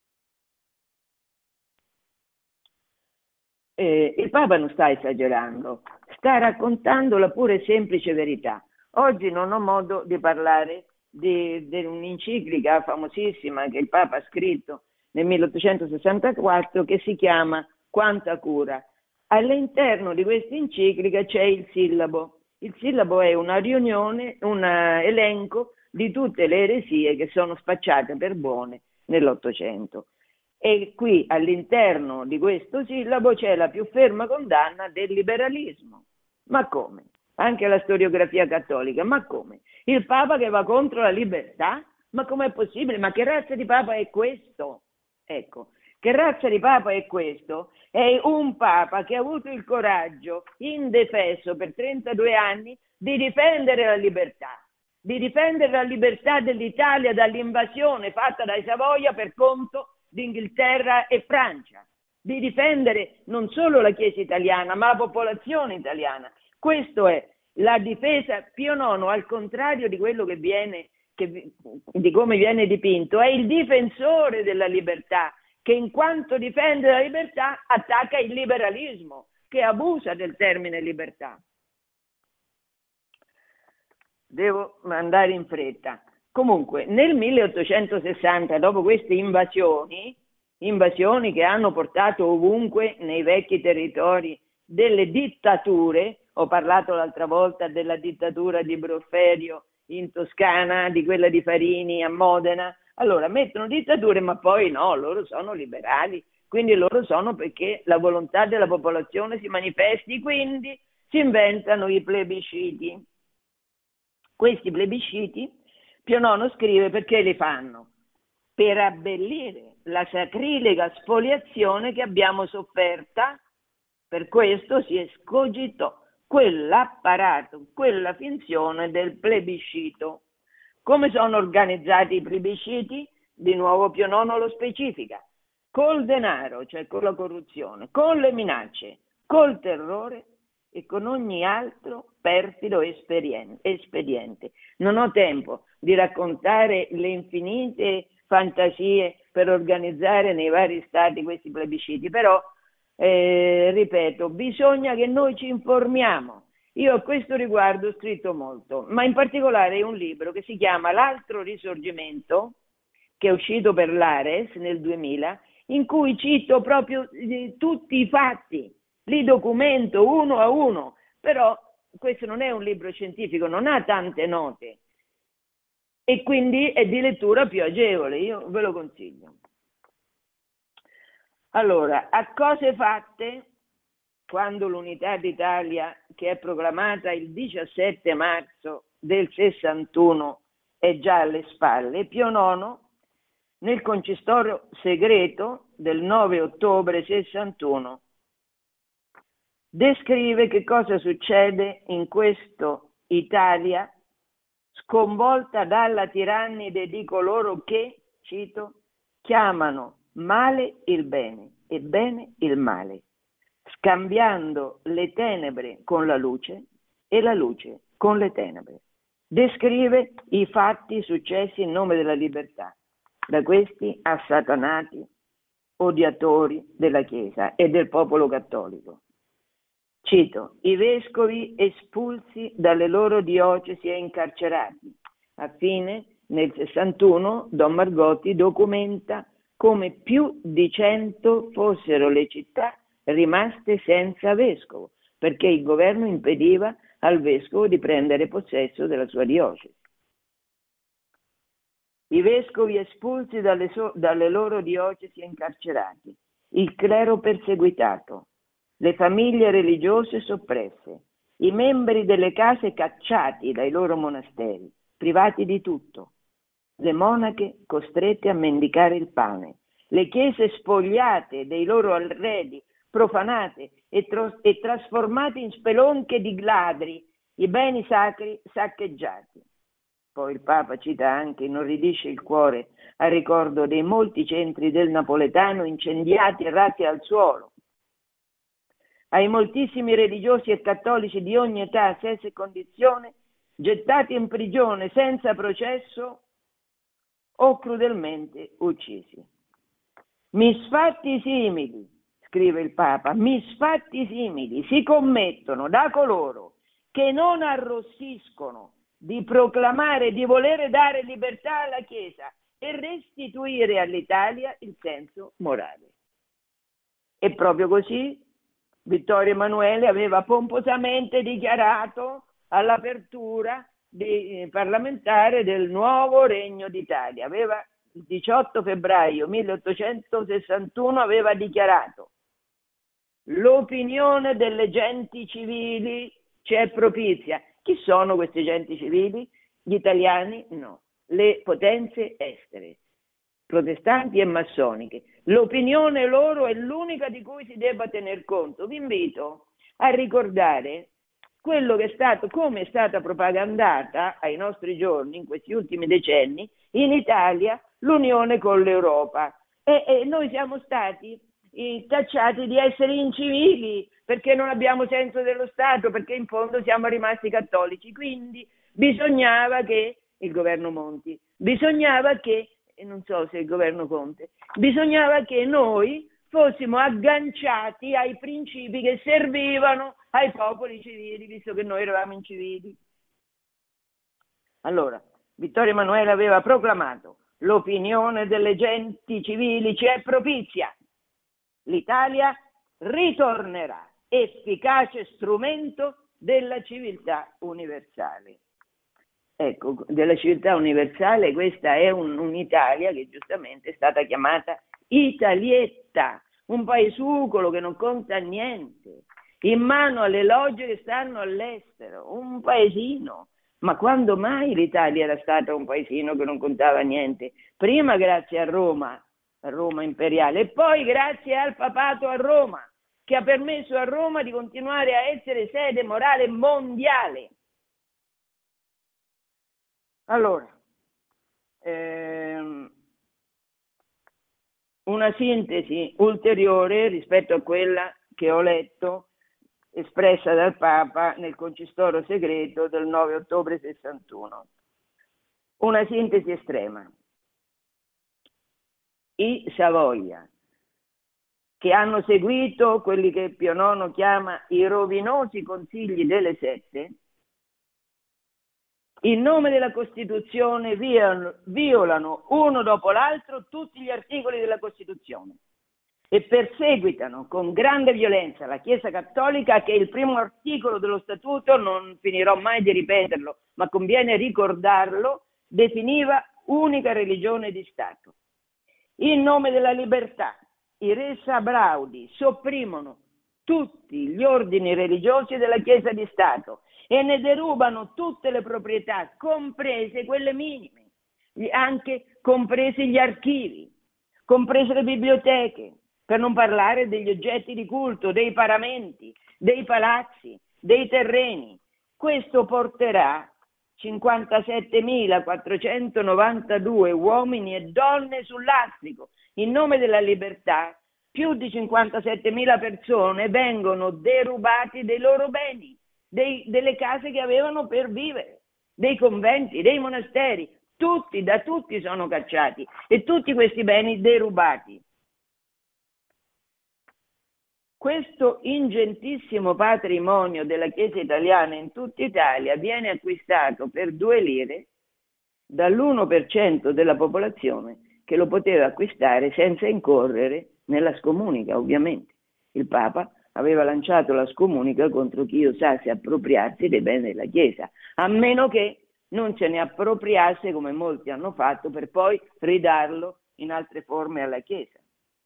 Speaker 2: Eh, il Papa non sta esagerando, sta raccontando la pura e semplice verità. Oggi non ho modo di parlare di, di un'enciclica famosissima che il Papa ha scritto nel milleottocentosessantaquattro che si chiama Quanta cura. All'interno di questa enciclica c'è il sillabo. Il sillabo è una riunione, un elenco di tutte le eresie che sono spacciate per buone nell'Ottocento. E qui all'interno di questo sillabo c'è la più ferma condanna del liberalismo. Ma come? Anche la storiografia cattolica. Ma come? Il Papa che va contro la libertà? Ma com'è possibile? Ma che razza di Papa è questo? Ecco, che razza di Papa è questo? È un Papa che ha avuto il coraggio, indefesso per trentadue anni, di difendere la libertà, di difendere la libertà dell'Italia dall'invasione fatta dai Savoia per conto di Inghilterra e Francia, di difendere non solo la Chiesa italiana, ma la popolazione italiana. Questo è la difesa. Pio nono, al contrario di quello che viene, che, di come viene dipinto, è il difensore della libertà, che in quanto difende la libertà attacca il liberalismo, che abusa del termine libertà. Devo andare in fretta. Comunque, nel milleottocentosessanta, dopo queste invasioni, invasioni che hanno portato ovunque nei vecchi territori delle dittature, ho parlato l'altra volta della dittatura di Broferio in Toscana, di quella di Farini a Modena. Allora mettono dittature, ma poi no, loro sono liberali, quindi loro sono perché la volontà della popolazione si manifesti, quindi si inventano i plebisciti. Questi plebisciti Pio nono scrive perché li fanno? Per abbellire la sacrilega spoliazione che abbiamo sofferta. Per questo si escogitò quell'apparato, quella finzione del plebiscito. Come sono organizzati i plebisciti? Di nuovo Pio nono lo specifica. Col denaro, cioè con la corruzione, con le minacce, col terrore e con ogni altro perfido espediente. Non ho tempo di raccontare le infinite fantasie per organizzare nei vari stati questi plebisciti, però eh, ripeto, bisogna che noi ci informiamo. Io a questo riguardo ho scritto molto, ma in particolare un libro che si chiama L'altro risorgimento, che è uscito per l'Ares nel duemila, in cui cito proprio eh, tutti i fatti, li documento uno a uno, però questo non è un libro scientifico, non ha tante note e quindi è di lettura più agevole, io ve lo consiglio. Allora, a cose fatte, quando l'Unità d'Italia, che è proclamata il diciassette marzo del sessantuno, è già alle spalle, Pio nono, nel concistoro segreto del nove ottobre sessantuno, descrive che cosa succede in questo Italia sconvolta dalla tirannide di coloro che, cito, chiamano male il bene e bene il male, scambiando le tenebre con la luce e la luce con le tenebre. Descrive i fatti successi in nome della libertà da questi assatanati odiatori della Chiesa e del popolo cattolico. Cito, i vescovi espulsi dalle loro diocesi e incarcerati. A fine, nel sessantuno, Don Margotti documenta come più di cento fossero le città rimaste senza vescovo, perché il governo impediva al vescovo di prendere possesso della sua diocesi. I vescovi espulsi dalle, so- dalle loro diocesi e incarcerati, il clero perseguitato, le famiglie religiose soppresse, i membri delle case cacciati dai loro monasteri, privati di tutto, le monache costrette a mendicare il pane, le chiese spogliate dei loro arredi, profanate e, tros- e trasformate in spelonche di ladri, i beni sacri saccheggiati. Poi il Papa cita anche, inorridisce il cuore a ricordo dei molti centri del napoletano incendiati e rasi al suolo, ai moltissimi religiosi e cattolici di ogni età, sesso e condizione, gettati in prigione senza processo o crudelmente uccisi. Misfatti simili, scrive il Papa, misfatti simili si commettono da coloro che non arrossiscono di proclamare di volere dare libertà alla Chiesa e restituire all'Italia il senso morale. E proprio così Vittorio Emanuele aveva pomposamente dichiarato all'apertura di, eh, parlamentare del nuovo Regno d'Italia. Aveva, il diciotto febbraio milleottocentosessantuno aveva dichiarato: l'opinione delle genti civili ci è propizia. Chi sono queste genti civili? Gli italiani? No. Le potenze estere, protestanti e massoniche. L'opinione loro è l'unica di cui si debba tener conto. Vi invito a ricordare quello che è stato, come è stata propagandata ai nostri giorni, in questi ultimi decenni, in Italia, l'unione con l'Europa. E, e noi siamo stati tacciati di essere incivili perché non abbiamo senso dello Stato, perché in fondo siamo rimasti cattolici. Quindi bisognava che il governo Monti, bisognava che, e non so se il governo Conte, bisognava che noi fossimo agganciati ai principi che servivano ai popoli civili, visto che noi eravamo incivili. Allora, Vittorio Emanuele aveva proclamato: l'opinione delle genti civili ci è propizia. L'Italia ritornerà efficace strumento della civiltà universale. Ecco, della civiltà universale, questa è un, un'Italia che giustamente è stata chiamata Italietta, un paesucolo che non conta niente, in mano alle logge che stanno all'estero, un paesino. Ma quando mai l'Italia era stata un paesino che non contava niente? Prima grazie a Roma, a Roma imperiale, e poi grazie al papato a Roma, che ha permesso a Roma di continuare a essere sede morale mondiale. Allora, ehm, una sintesi ulteriore rispetto a quella che ho letto espressa dal Papa nel concistoro segreto del nove ottobre sessantuno. Una sintesi estrema. I Savoia, che hanno seguito quelli che Pio nono chiama i rovinosi consigli delle sette, in nome della Costituzione violano, violano uno dopo l'altro tutti gli articoli della Costituzione e perseguitano con grande violenza la Chiesa Cattolica, che il primo articolo dello Statuto, non finirò mai di ripeterlo, ma conviene ricordarlo, definiva unica religione di Stato. In nome della libertà, i re sabraudi sopprimono tutti gli ordini religiosi della Chiesa di Stato e ne derubano tutte le proprietà, comprese quelle minime, anche compresi gli archivi, comprese le biblioteche, per non parlare degli oggetti di culto, dei paramenti, dei palazzi, dei terreni. Questo porterà cinquantasettemilaquattrocentonovantadue uomini e donne sul lastrico. In nome della libertà, più di cinquantasettemila persone vengono derubati dei loro beni, dei, delle case che avevano per vivere, dei conventi, dei monasteri, tutti, da tutti sono cacciati e tutti questi beni derubati. Questo ingentissimo patrimonio della Chiesa italiana in tutta Italia viene acquistato per due lire dall'uno per cento della popolazione, che lo poteva acquistare senza incorrere nella scomunica, ovviamente. Il Papa aveva lanciato la scomunica contro chi osasse appropriarsi dei beni della Chiesa, a meno che non se ne appropriasse, come molti hanno fatto, per poi ridarlo in altre forme alla Chiesa.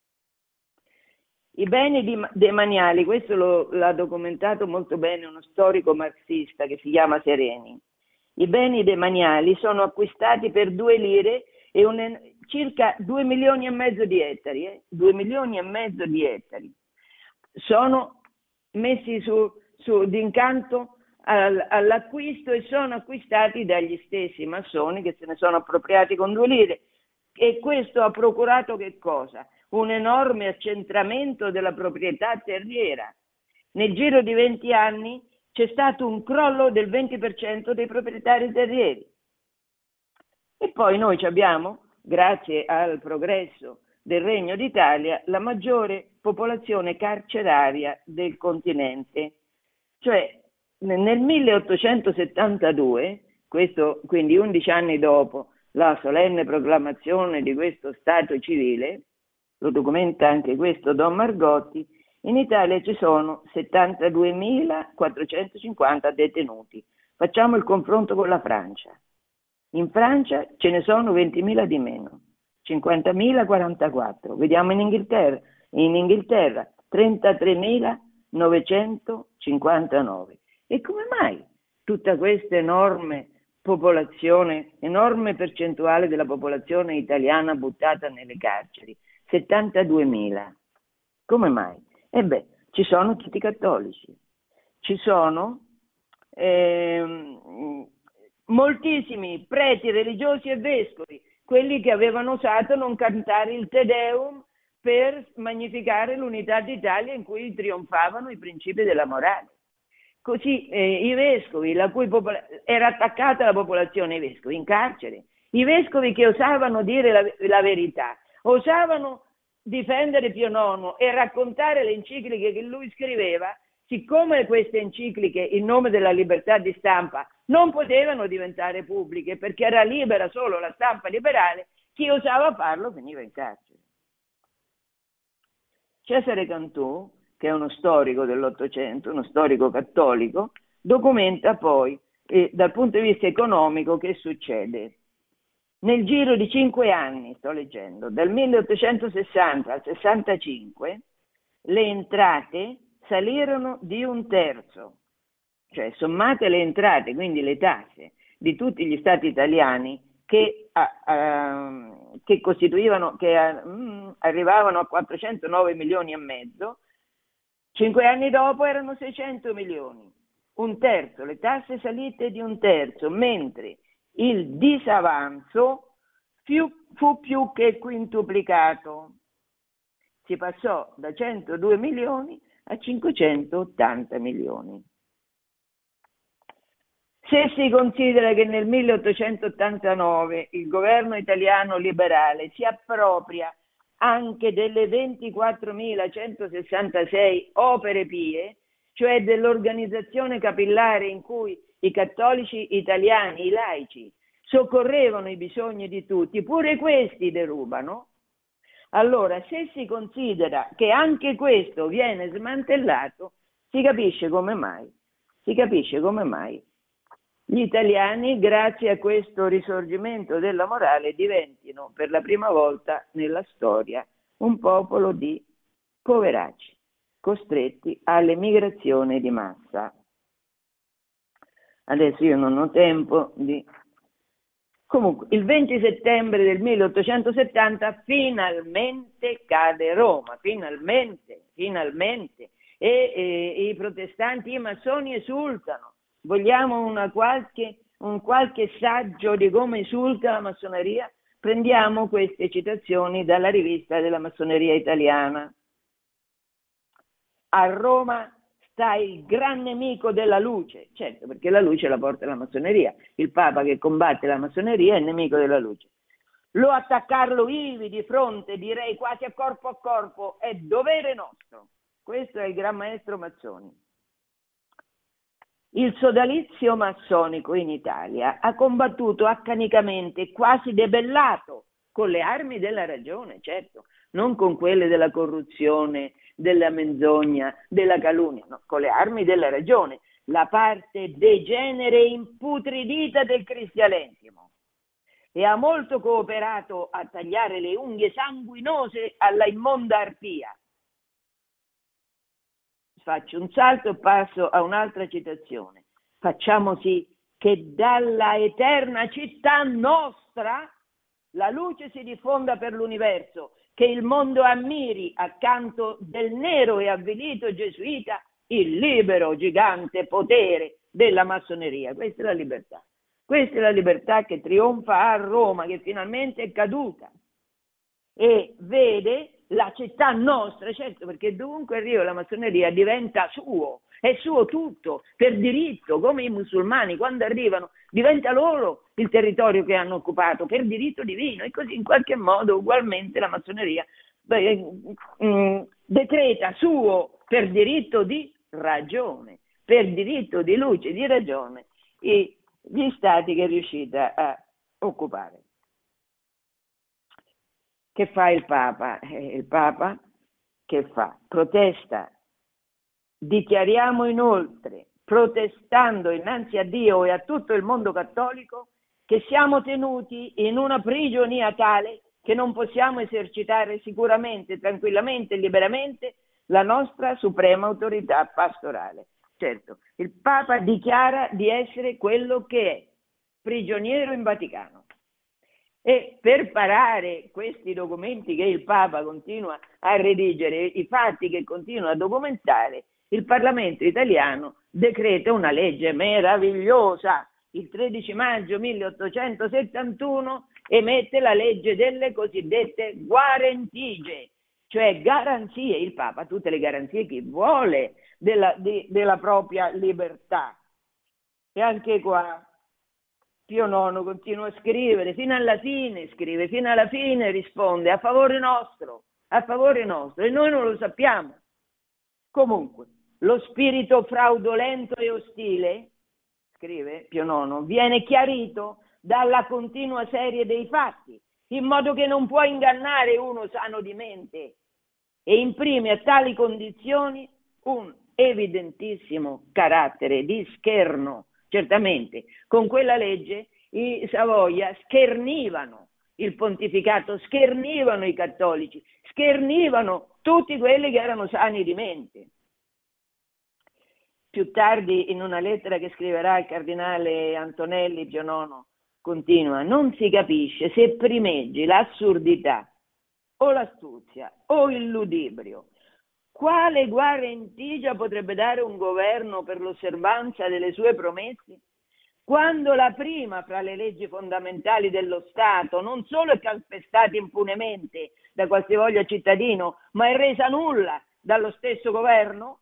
Speaker 2: I beni di, demaniali, questo lo, l'ha documentato molto bene uno storico marxista che si chiama Sereni. I beni demaniali sono acquistati per due lire e un, circa due milioni e mezzo di ettari, eh? due milioni e mezzo di ettari. Sono messi su, su d'incanto al, all'acquisto e sono acquistati dagli stessi massoni che se ne sono appropriati con due lire. E questo ha procurato che cosa? Un enorme accentramento della proprietà terriera. Nel giro di venti anni c'è stato un crollo del venti per cento dei proprietari terrieri. E poi noi abbiamo, grazie al progresso del Regno d'Italia, la maggiore popolazione carceraria del continente. Cioè nel milleottocentosettantadue, questo quindi undici anni dopo la solenne proclamazione di questo Stato civile, lo documenta anche questo Don Margotti, in Italia ci sono settantaduemilaquattrocentocinquanta detenuti. Facciamo il confronto con la Francia. In Francia ce ne sono ventimila di meno, cinquantamilaquarantaquattro. Vediamo in Inghilterra, in Inghilterra trentatremilanovecentocinquantanove. E come mai tutta questa enorme popolazione, enorme percentuale della popolazione italiana buttata nelle carceri? settantaduemila. Come mai? E beh, ci sono tutti i cattolici, ci sono eh, moltissimi preti religiosi e vescovi, quelli che avevano osato non cantare il Te Deum per magnificare l'unità d'Italia in cui trionfavano i principi della morale. Così eh, i vescovi, la cui popola- era attaccata la popolazione, i vescovi in carcere, i vescovi che osavano dire la, la verità, osavano difendere Pio nono e raccontare le encicliche che lui scriveva, siccome queste encicliche in nome della libertà di stampa non potevano diventare pubbliche perché era libera solo la stampa liberale, chi osava farlo finiva in carcere. Cesare Cantù, che è uno storico dell'Ottocento, uno storico cattolico, documenta poi eh, dal punto di vista economico che succede. Nel giro di cinque anni, sto leggendo, dal milleottocentosessanta al sessantacinque, le entrate salirono di un terzo, cioè sommate le entrate, quindi le tasse di tutti gli stati italiani che, a, a, che costituivano, che a, mm, arrivavano a quattrocentonove milioni e mezzo, cinque anni dopo erano seicento milioni, un terzo, le tasse salite di un terzo, mentre il disavanzo fu, fu più che quintuplicato. Si passò da centodue milioni a cinquecentottanta milioni. Se si considera che nel milleottocentottantanove il governo italiano liberale si appropria anche delle ventiquattromilacentosessantasei opere pie, cioè dell'organizzazione capillare in cui i cattolici italiani, i laici, soccorrevano i bisogni di tutti, pure questi derubano, Allora, se si considera che anche questo viene smantellato, si capisce come mai, si capisce come mai gli italiani, grazie a questo risorgimento della morale, diventino per la prima volta nella storia un popolo di poveracci, costretti all'emigrazione di massa. Adesso io non ho tempo di... Comunque, il venti settembre del milleottocentosettanta finalmente cade Roma, finalmente, finalmente, e, e i protestanti, i massoni esultano. Vogliamo una qualche, un qualche saggio di come esulta la massoneria? Prendiamo queste citazioni dalla rivista della massoneria italiana. A Roma sta il gran nemico della luce, certo, perché la luce la porta la massoneria. Il Papa che combatte la massoneria è il nemico della luce. Lo attaccarlo ivi di fronte, direi quasi a corpo a corpo, è dovere nostro. Questo è il Gran Maestro Mazzoni. Il sodalizio massonico in Italia ha combattuto accanicamente, quasi debellato, con le armi della ragione, certo, non con quelle della corruzione, della menzogna, della calunnia, no, con le armi della ragione, la parte degenere e imputridita del cristianesimo, e ha molto cooperato a tagliare le unghie sanguinose alla immonda arpia. Faccio un salto e passo a un'altra citazione. Facciamo sì che dalla eterna città nostra la luce si diffonda per l'universo, che il mondo ammiri accanto del nero e avvilito gesuita il libero gigante potere della massoneria. Questa è la libertà. Questa è la libertà che trionfa a Roma, che finalmente è caduta e vede la città nostra, certo, perché dovunque arriva la massoneria diventa suo, è suo tutto, per diritto, come i musulmani quando arrivano diventa loro il territorio che hanno occupato, per diritto divino, e così in qualche modo ugualmente la massoneria beh, mh, decreta suo per diritto di ragione, per diritto di luce, di ragione, e gli stati che è riuscita a occupare. Che fa il Papa? Eh, il Papa che fa? Protesta. Dichiariamo inoltre, protestando innanzi a Dio e a tutto il mondo cattolico, che siamo tenuti in una prigionia tale che non possiamo esercitare sicuramente, tranquillamente e liberamente la nostra suprema autorità pastorale. Certo, il Papa dichiara di essere quello che è, prigioniero in Vaticano. E per parare questi documenti che il Papa continua a redigere, i fatti che continua a documentare, il Parlamento italiano decreta una legge meravigliosa. Il tredici maggio milleottocentosettantuno emette la legge delle cosiddette guarentigie, cioè garanzie, il Papa tutte le garanzie che vuole della, di, della propria libertà. E anche qua Pio nono continua a scrivere, fino alla fine scrive, fino alla fine risponde a favore nostro, a favore nostro, e noi non lo sappiamo. Comunque, lo spirito fraudolento e ostile, scrive Pio nono, viene chiarito dalla continua serie dei fatti, in modo che non può ingannare uno sano di mente, e imprime a tali condizioni un evidentissimo carattere di scherno. Certamente, con quella legge i Savoia schernivano il pontificato, schernivano i cattolici, schernivano tutti quelli che erano sani di mente. Più tardi, in una lettera che scriverà al cardinale Antonelli, Pio nono, continua, non si capisce se primeggi l'assurdità o l'astuzia o il ludibrio. Quale guarentigia potrebbe dare un governo per l'osservanza delle sue promesse, quando la prima fra le leggi fondamentali dello Stato non solo è calpestata impunemente da qualsivoglia cittadino, ma è resa nulla dallo stesso governo?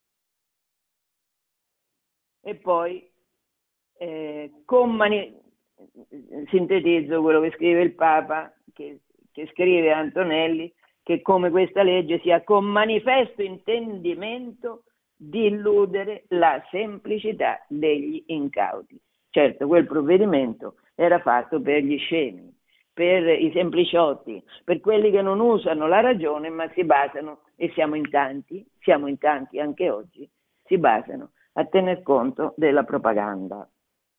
Speaker 2: E poi, eh, con mani... sintetizzo quello che scrive il Papa, che, che scrive Antonelli, che come questa legge sia con manifesto intendimento di illudere la semplicità degli incauti. Certo, quel provvedimento era fatto per gli scemi, per i sempliciotti, per quelli che non usano la ragione ma si basano, e siamo in tanti, siamo in tanti anche oggi, si basano a tener conto della propaganda.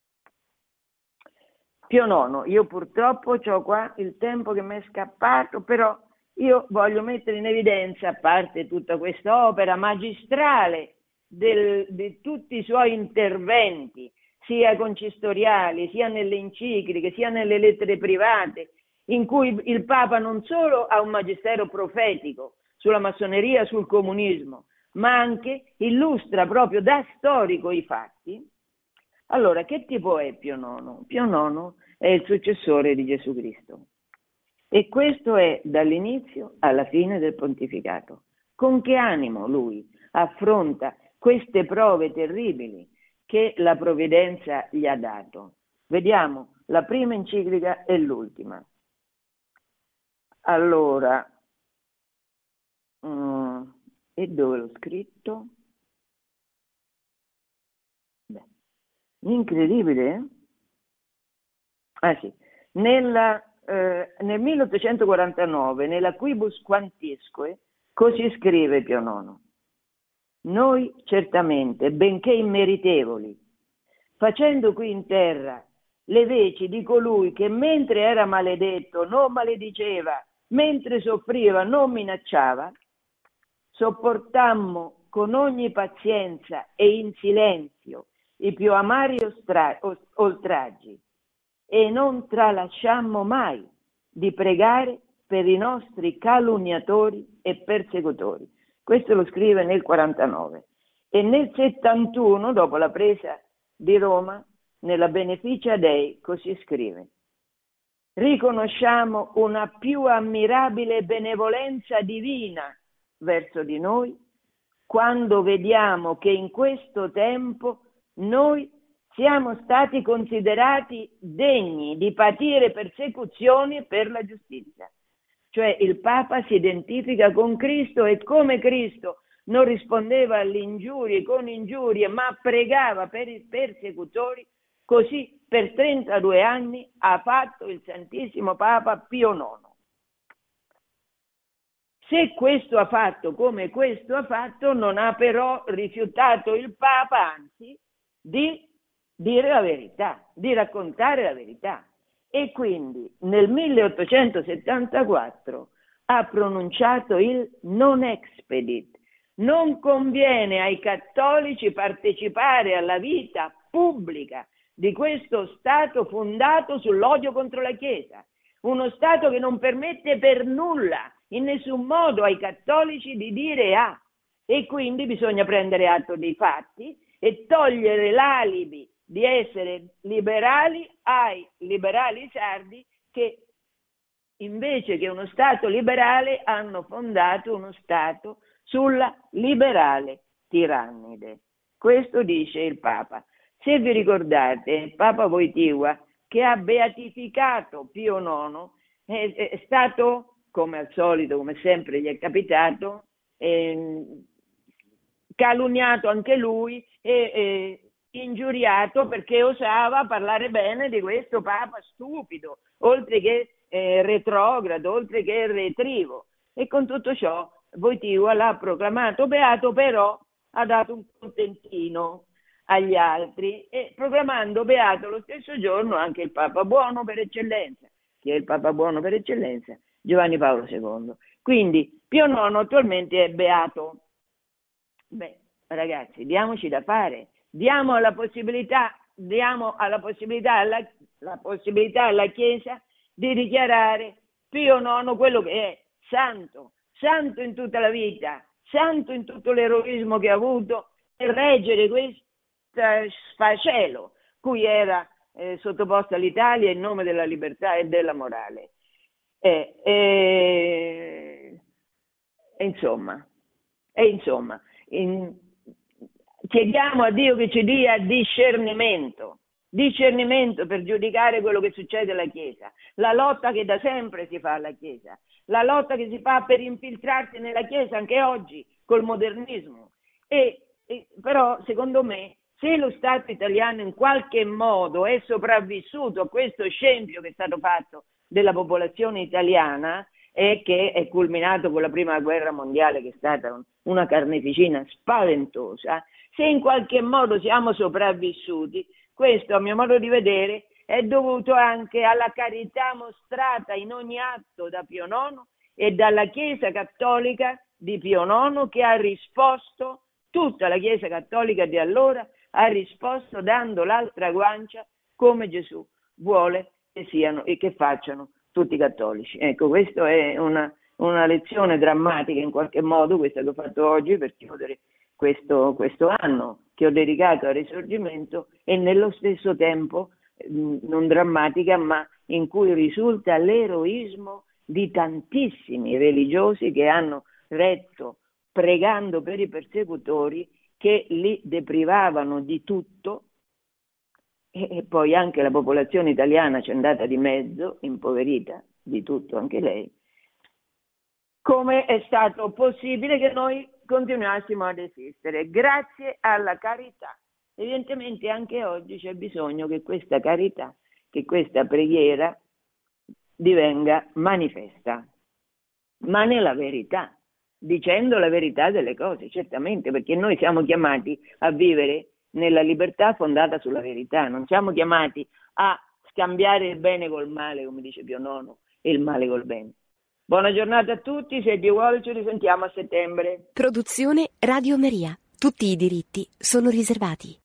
Speaker 2: Pio nono, io purtroppo ho qua il tempo che mi è scappato, però io voglio mettere in evidenza, a parte tutta questa opera magistrale del, di tutti i suoi interventi, sia concistoriali, sia nelle encicliche, sia nelle lettere private, in cui il Papa non solo ha un magistero profetico sulla massoneria, sul comunismo, ma anche illustra proprio da storico i fatti. Allora, che tipo è Pio nono? Pio nono è il successore di Gesù Cristo e questo è dall'inizio alla fine del pontificato. Con che animo lui affronta queste prove terribili che la provvidenza gli ha dato? Vediamo la prima enciclica e l'ultima. Allora, um, e dove l'ho scritto? Beh, incredibile, eh? Ah sì, nella, eh, nel milleottocentoquarantanove, nella Quibus Quantisque, così scrive Pio nono. Noi certamente, benché immeritevoli, facendo qui in terra le veci di colui che mentre era maledetto non malediceva, mentre soffriva non minacciava, sopportammo con ogni pazienza e in silenzio i più amari ostra- oltraggi e non tralasciammo mai di pregare per i nostri calunniatori e persecutori. Questo lo scrive nel quarantanove. E nel settantuno, dopo la presa di Roma, nella Beneficia Dei, così scrive: riconosciamo una più ammirabile benevolenza divina verso di noi quando vediamo che in questo tempo noi siamo stati considerati degni di patire persecuzioni per la giustizia. Cioè il Papa si identifica con Cristo e come Cristo non rispondeva alle ingiurie con ingiurie, ma pregava per i persecutori, così per trentadue anni ha fatto il Santissimo Papa Pio nono. Se questo ha fatto come questo ha fatto, non ha però rifiutato il Papa, anzi, di dire la verità, di raccontare la verità. E quindi nel milleottocentosettantaquattro ha pronunciato il non expedit. Non conviene ai cattolici partecipare alla vita pubblica di questo Stato fondato sull'odio contro la Chiesa. Uno Stato che non permette per nulla, in nessun modo, ai cattolici di dire A. E quindi bisogna prendere atto dei fatti e togliere l'alibi di essere liberali ai liberali sardi che invece che uno Stato liberale hanno fondato uno Stato sulla liberale tirannide. Questo dice il Papa. Se vi ricordate, il Papa Wojtyła, che ha beatificato Pio nono, è, è stato, come al solito, come sempre gli è capitato, eh, calunniato anche lui e eh, ingiuriato perché osava parlare bene di questo Papa stupido, oltre che eh, retrogrado, oltre che retrivo. E con tutto ciò Wojtyła l'ha proclamato beato, però ha dato un contentino agli altri, e proclamando beato lo stesso giorno anche il Papa buono per eccellenza. Chi è il Papa buono per eccellenza? Giovanni Paolo secondo. Quindi Pio nono attualmente è beato. Beh, ragazzi, diamoci da fare. Diamo la possibilità, diamo alla possibilità alla, la possibilità alla Chiesa di dichiarare Pio nono quello che è, santo, santo in tutta la vita, santo in tutto l'eroismo che ha avuto per reggere questo sfacelo cui era eh, sottoposta l'Italia in nome della libertà e della morale. E, e, e insomma, e insomma in, chiediamo a Dio che ci dia discernimento, discernimento per giudicare quello che succede alla Chiesa, la lotta che da sempre si fa alla Chiesa, la lotta che si fa per infiltrarsi nella Chiesa anche oggi col modernismo. E, e, però secondo me, se lo Stato italiano in qualche modo è sopravvissuto a questo scempio che è stato fatto della popolazione italiana e che è culminato con la prima guerra mondiale, che è stata una carneficina spaventosa, se in qualche modo siamo sopravvissuti, questo a mio modo di vedere è dovuto anche alla carità mostrata in ogni atto da Pio nono e dalla Chiesa Cattolica di Pio nono, che ha risposto, tutta la Chiesa Cattolica di allora ha risposto dando l'altra guancia, come Gesù vuole che siano e che facciano tutti i cattolici. Ecco, questa è una, una lezione drammatica in qualche modo, questa che ho fatto oggi per chiudere questo, questo anno che ho dedicato al Risorgimento, e nello stesso tempo mh, non drammatica, ma in cui risulta l'eroismo di tantissimi religiosi che hanno retto pregando per i persecutori che li deprivavano di tutto, e poi anche la popolazione italiana ci è andata di mezzo, impoverita di tutto anche lei. Come è stato possibile che noi continuassimo ad esistere? Grazie alla carità. Evidentemente anche oggi c'è bisogno che questa carità, che questa preghiera divenga manifesta, ma nella verità, dicendo la verità delle cose, certamente, perché noi siamo chiamati a vivere nella libertà fondata sulla verità, non siamo chiamati a scambiare il bene col male, come dice Pio nono, e il male col bene. Buona giornata a tutti, se Dio vuole ci risentiamo a settembre.
Speaker 1: Produzione Radio Maria. Tutti i diritti sono riservati.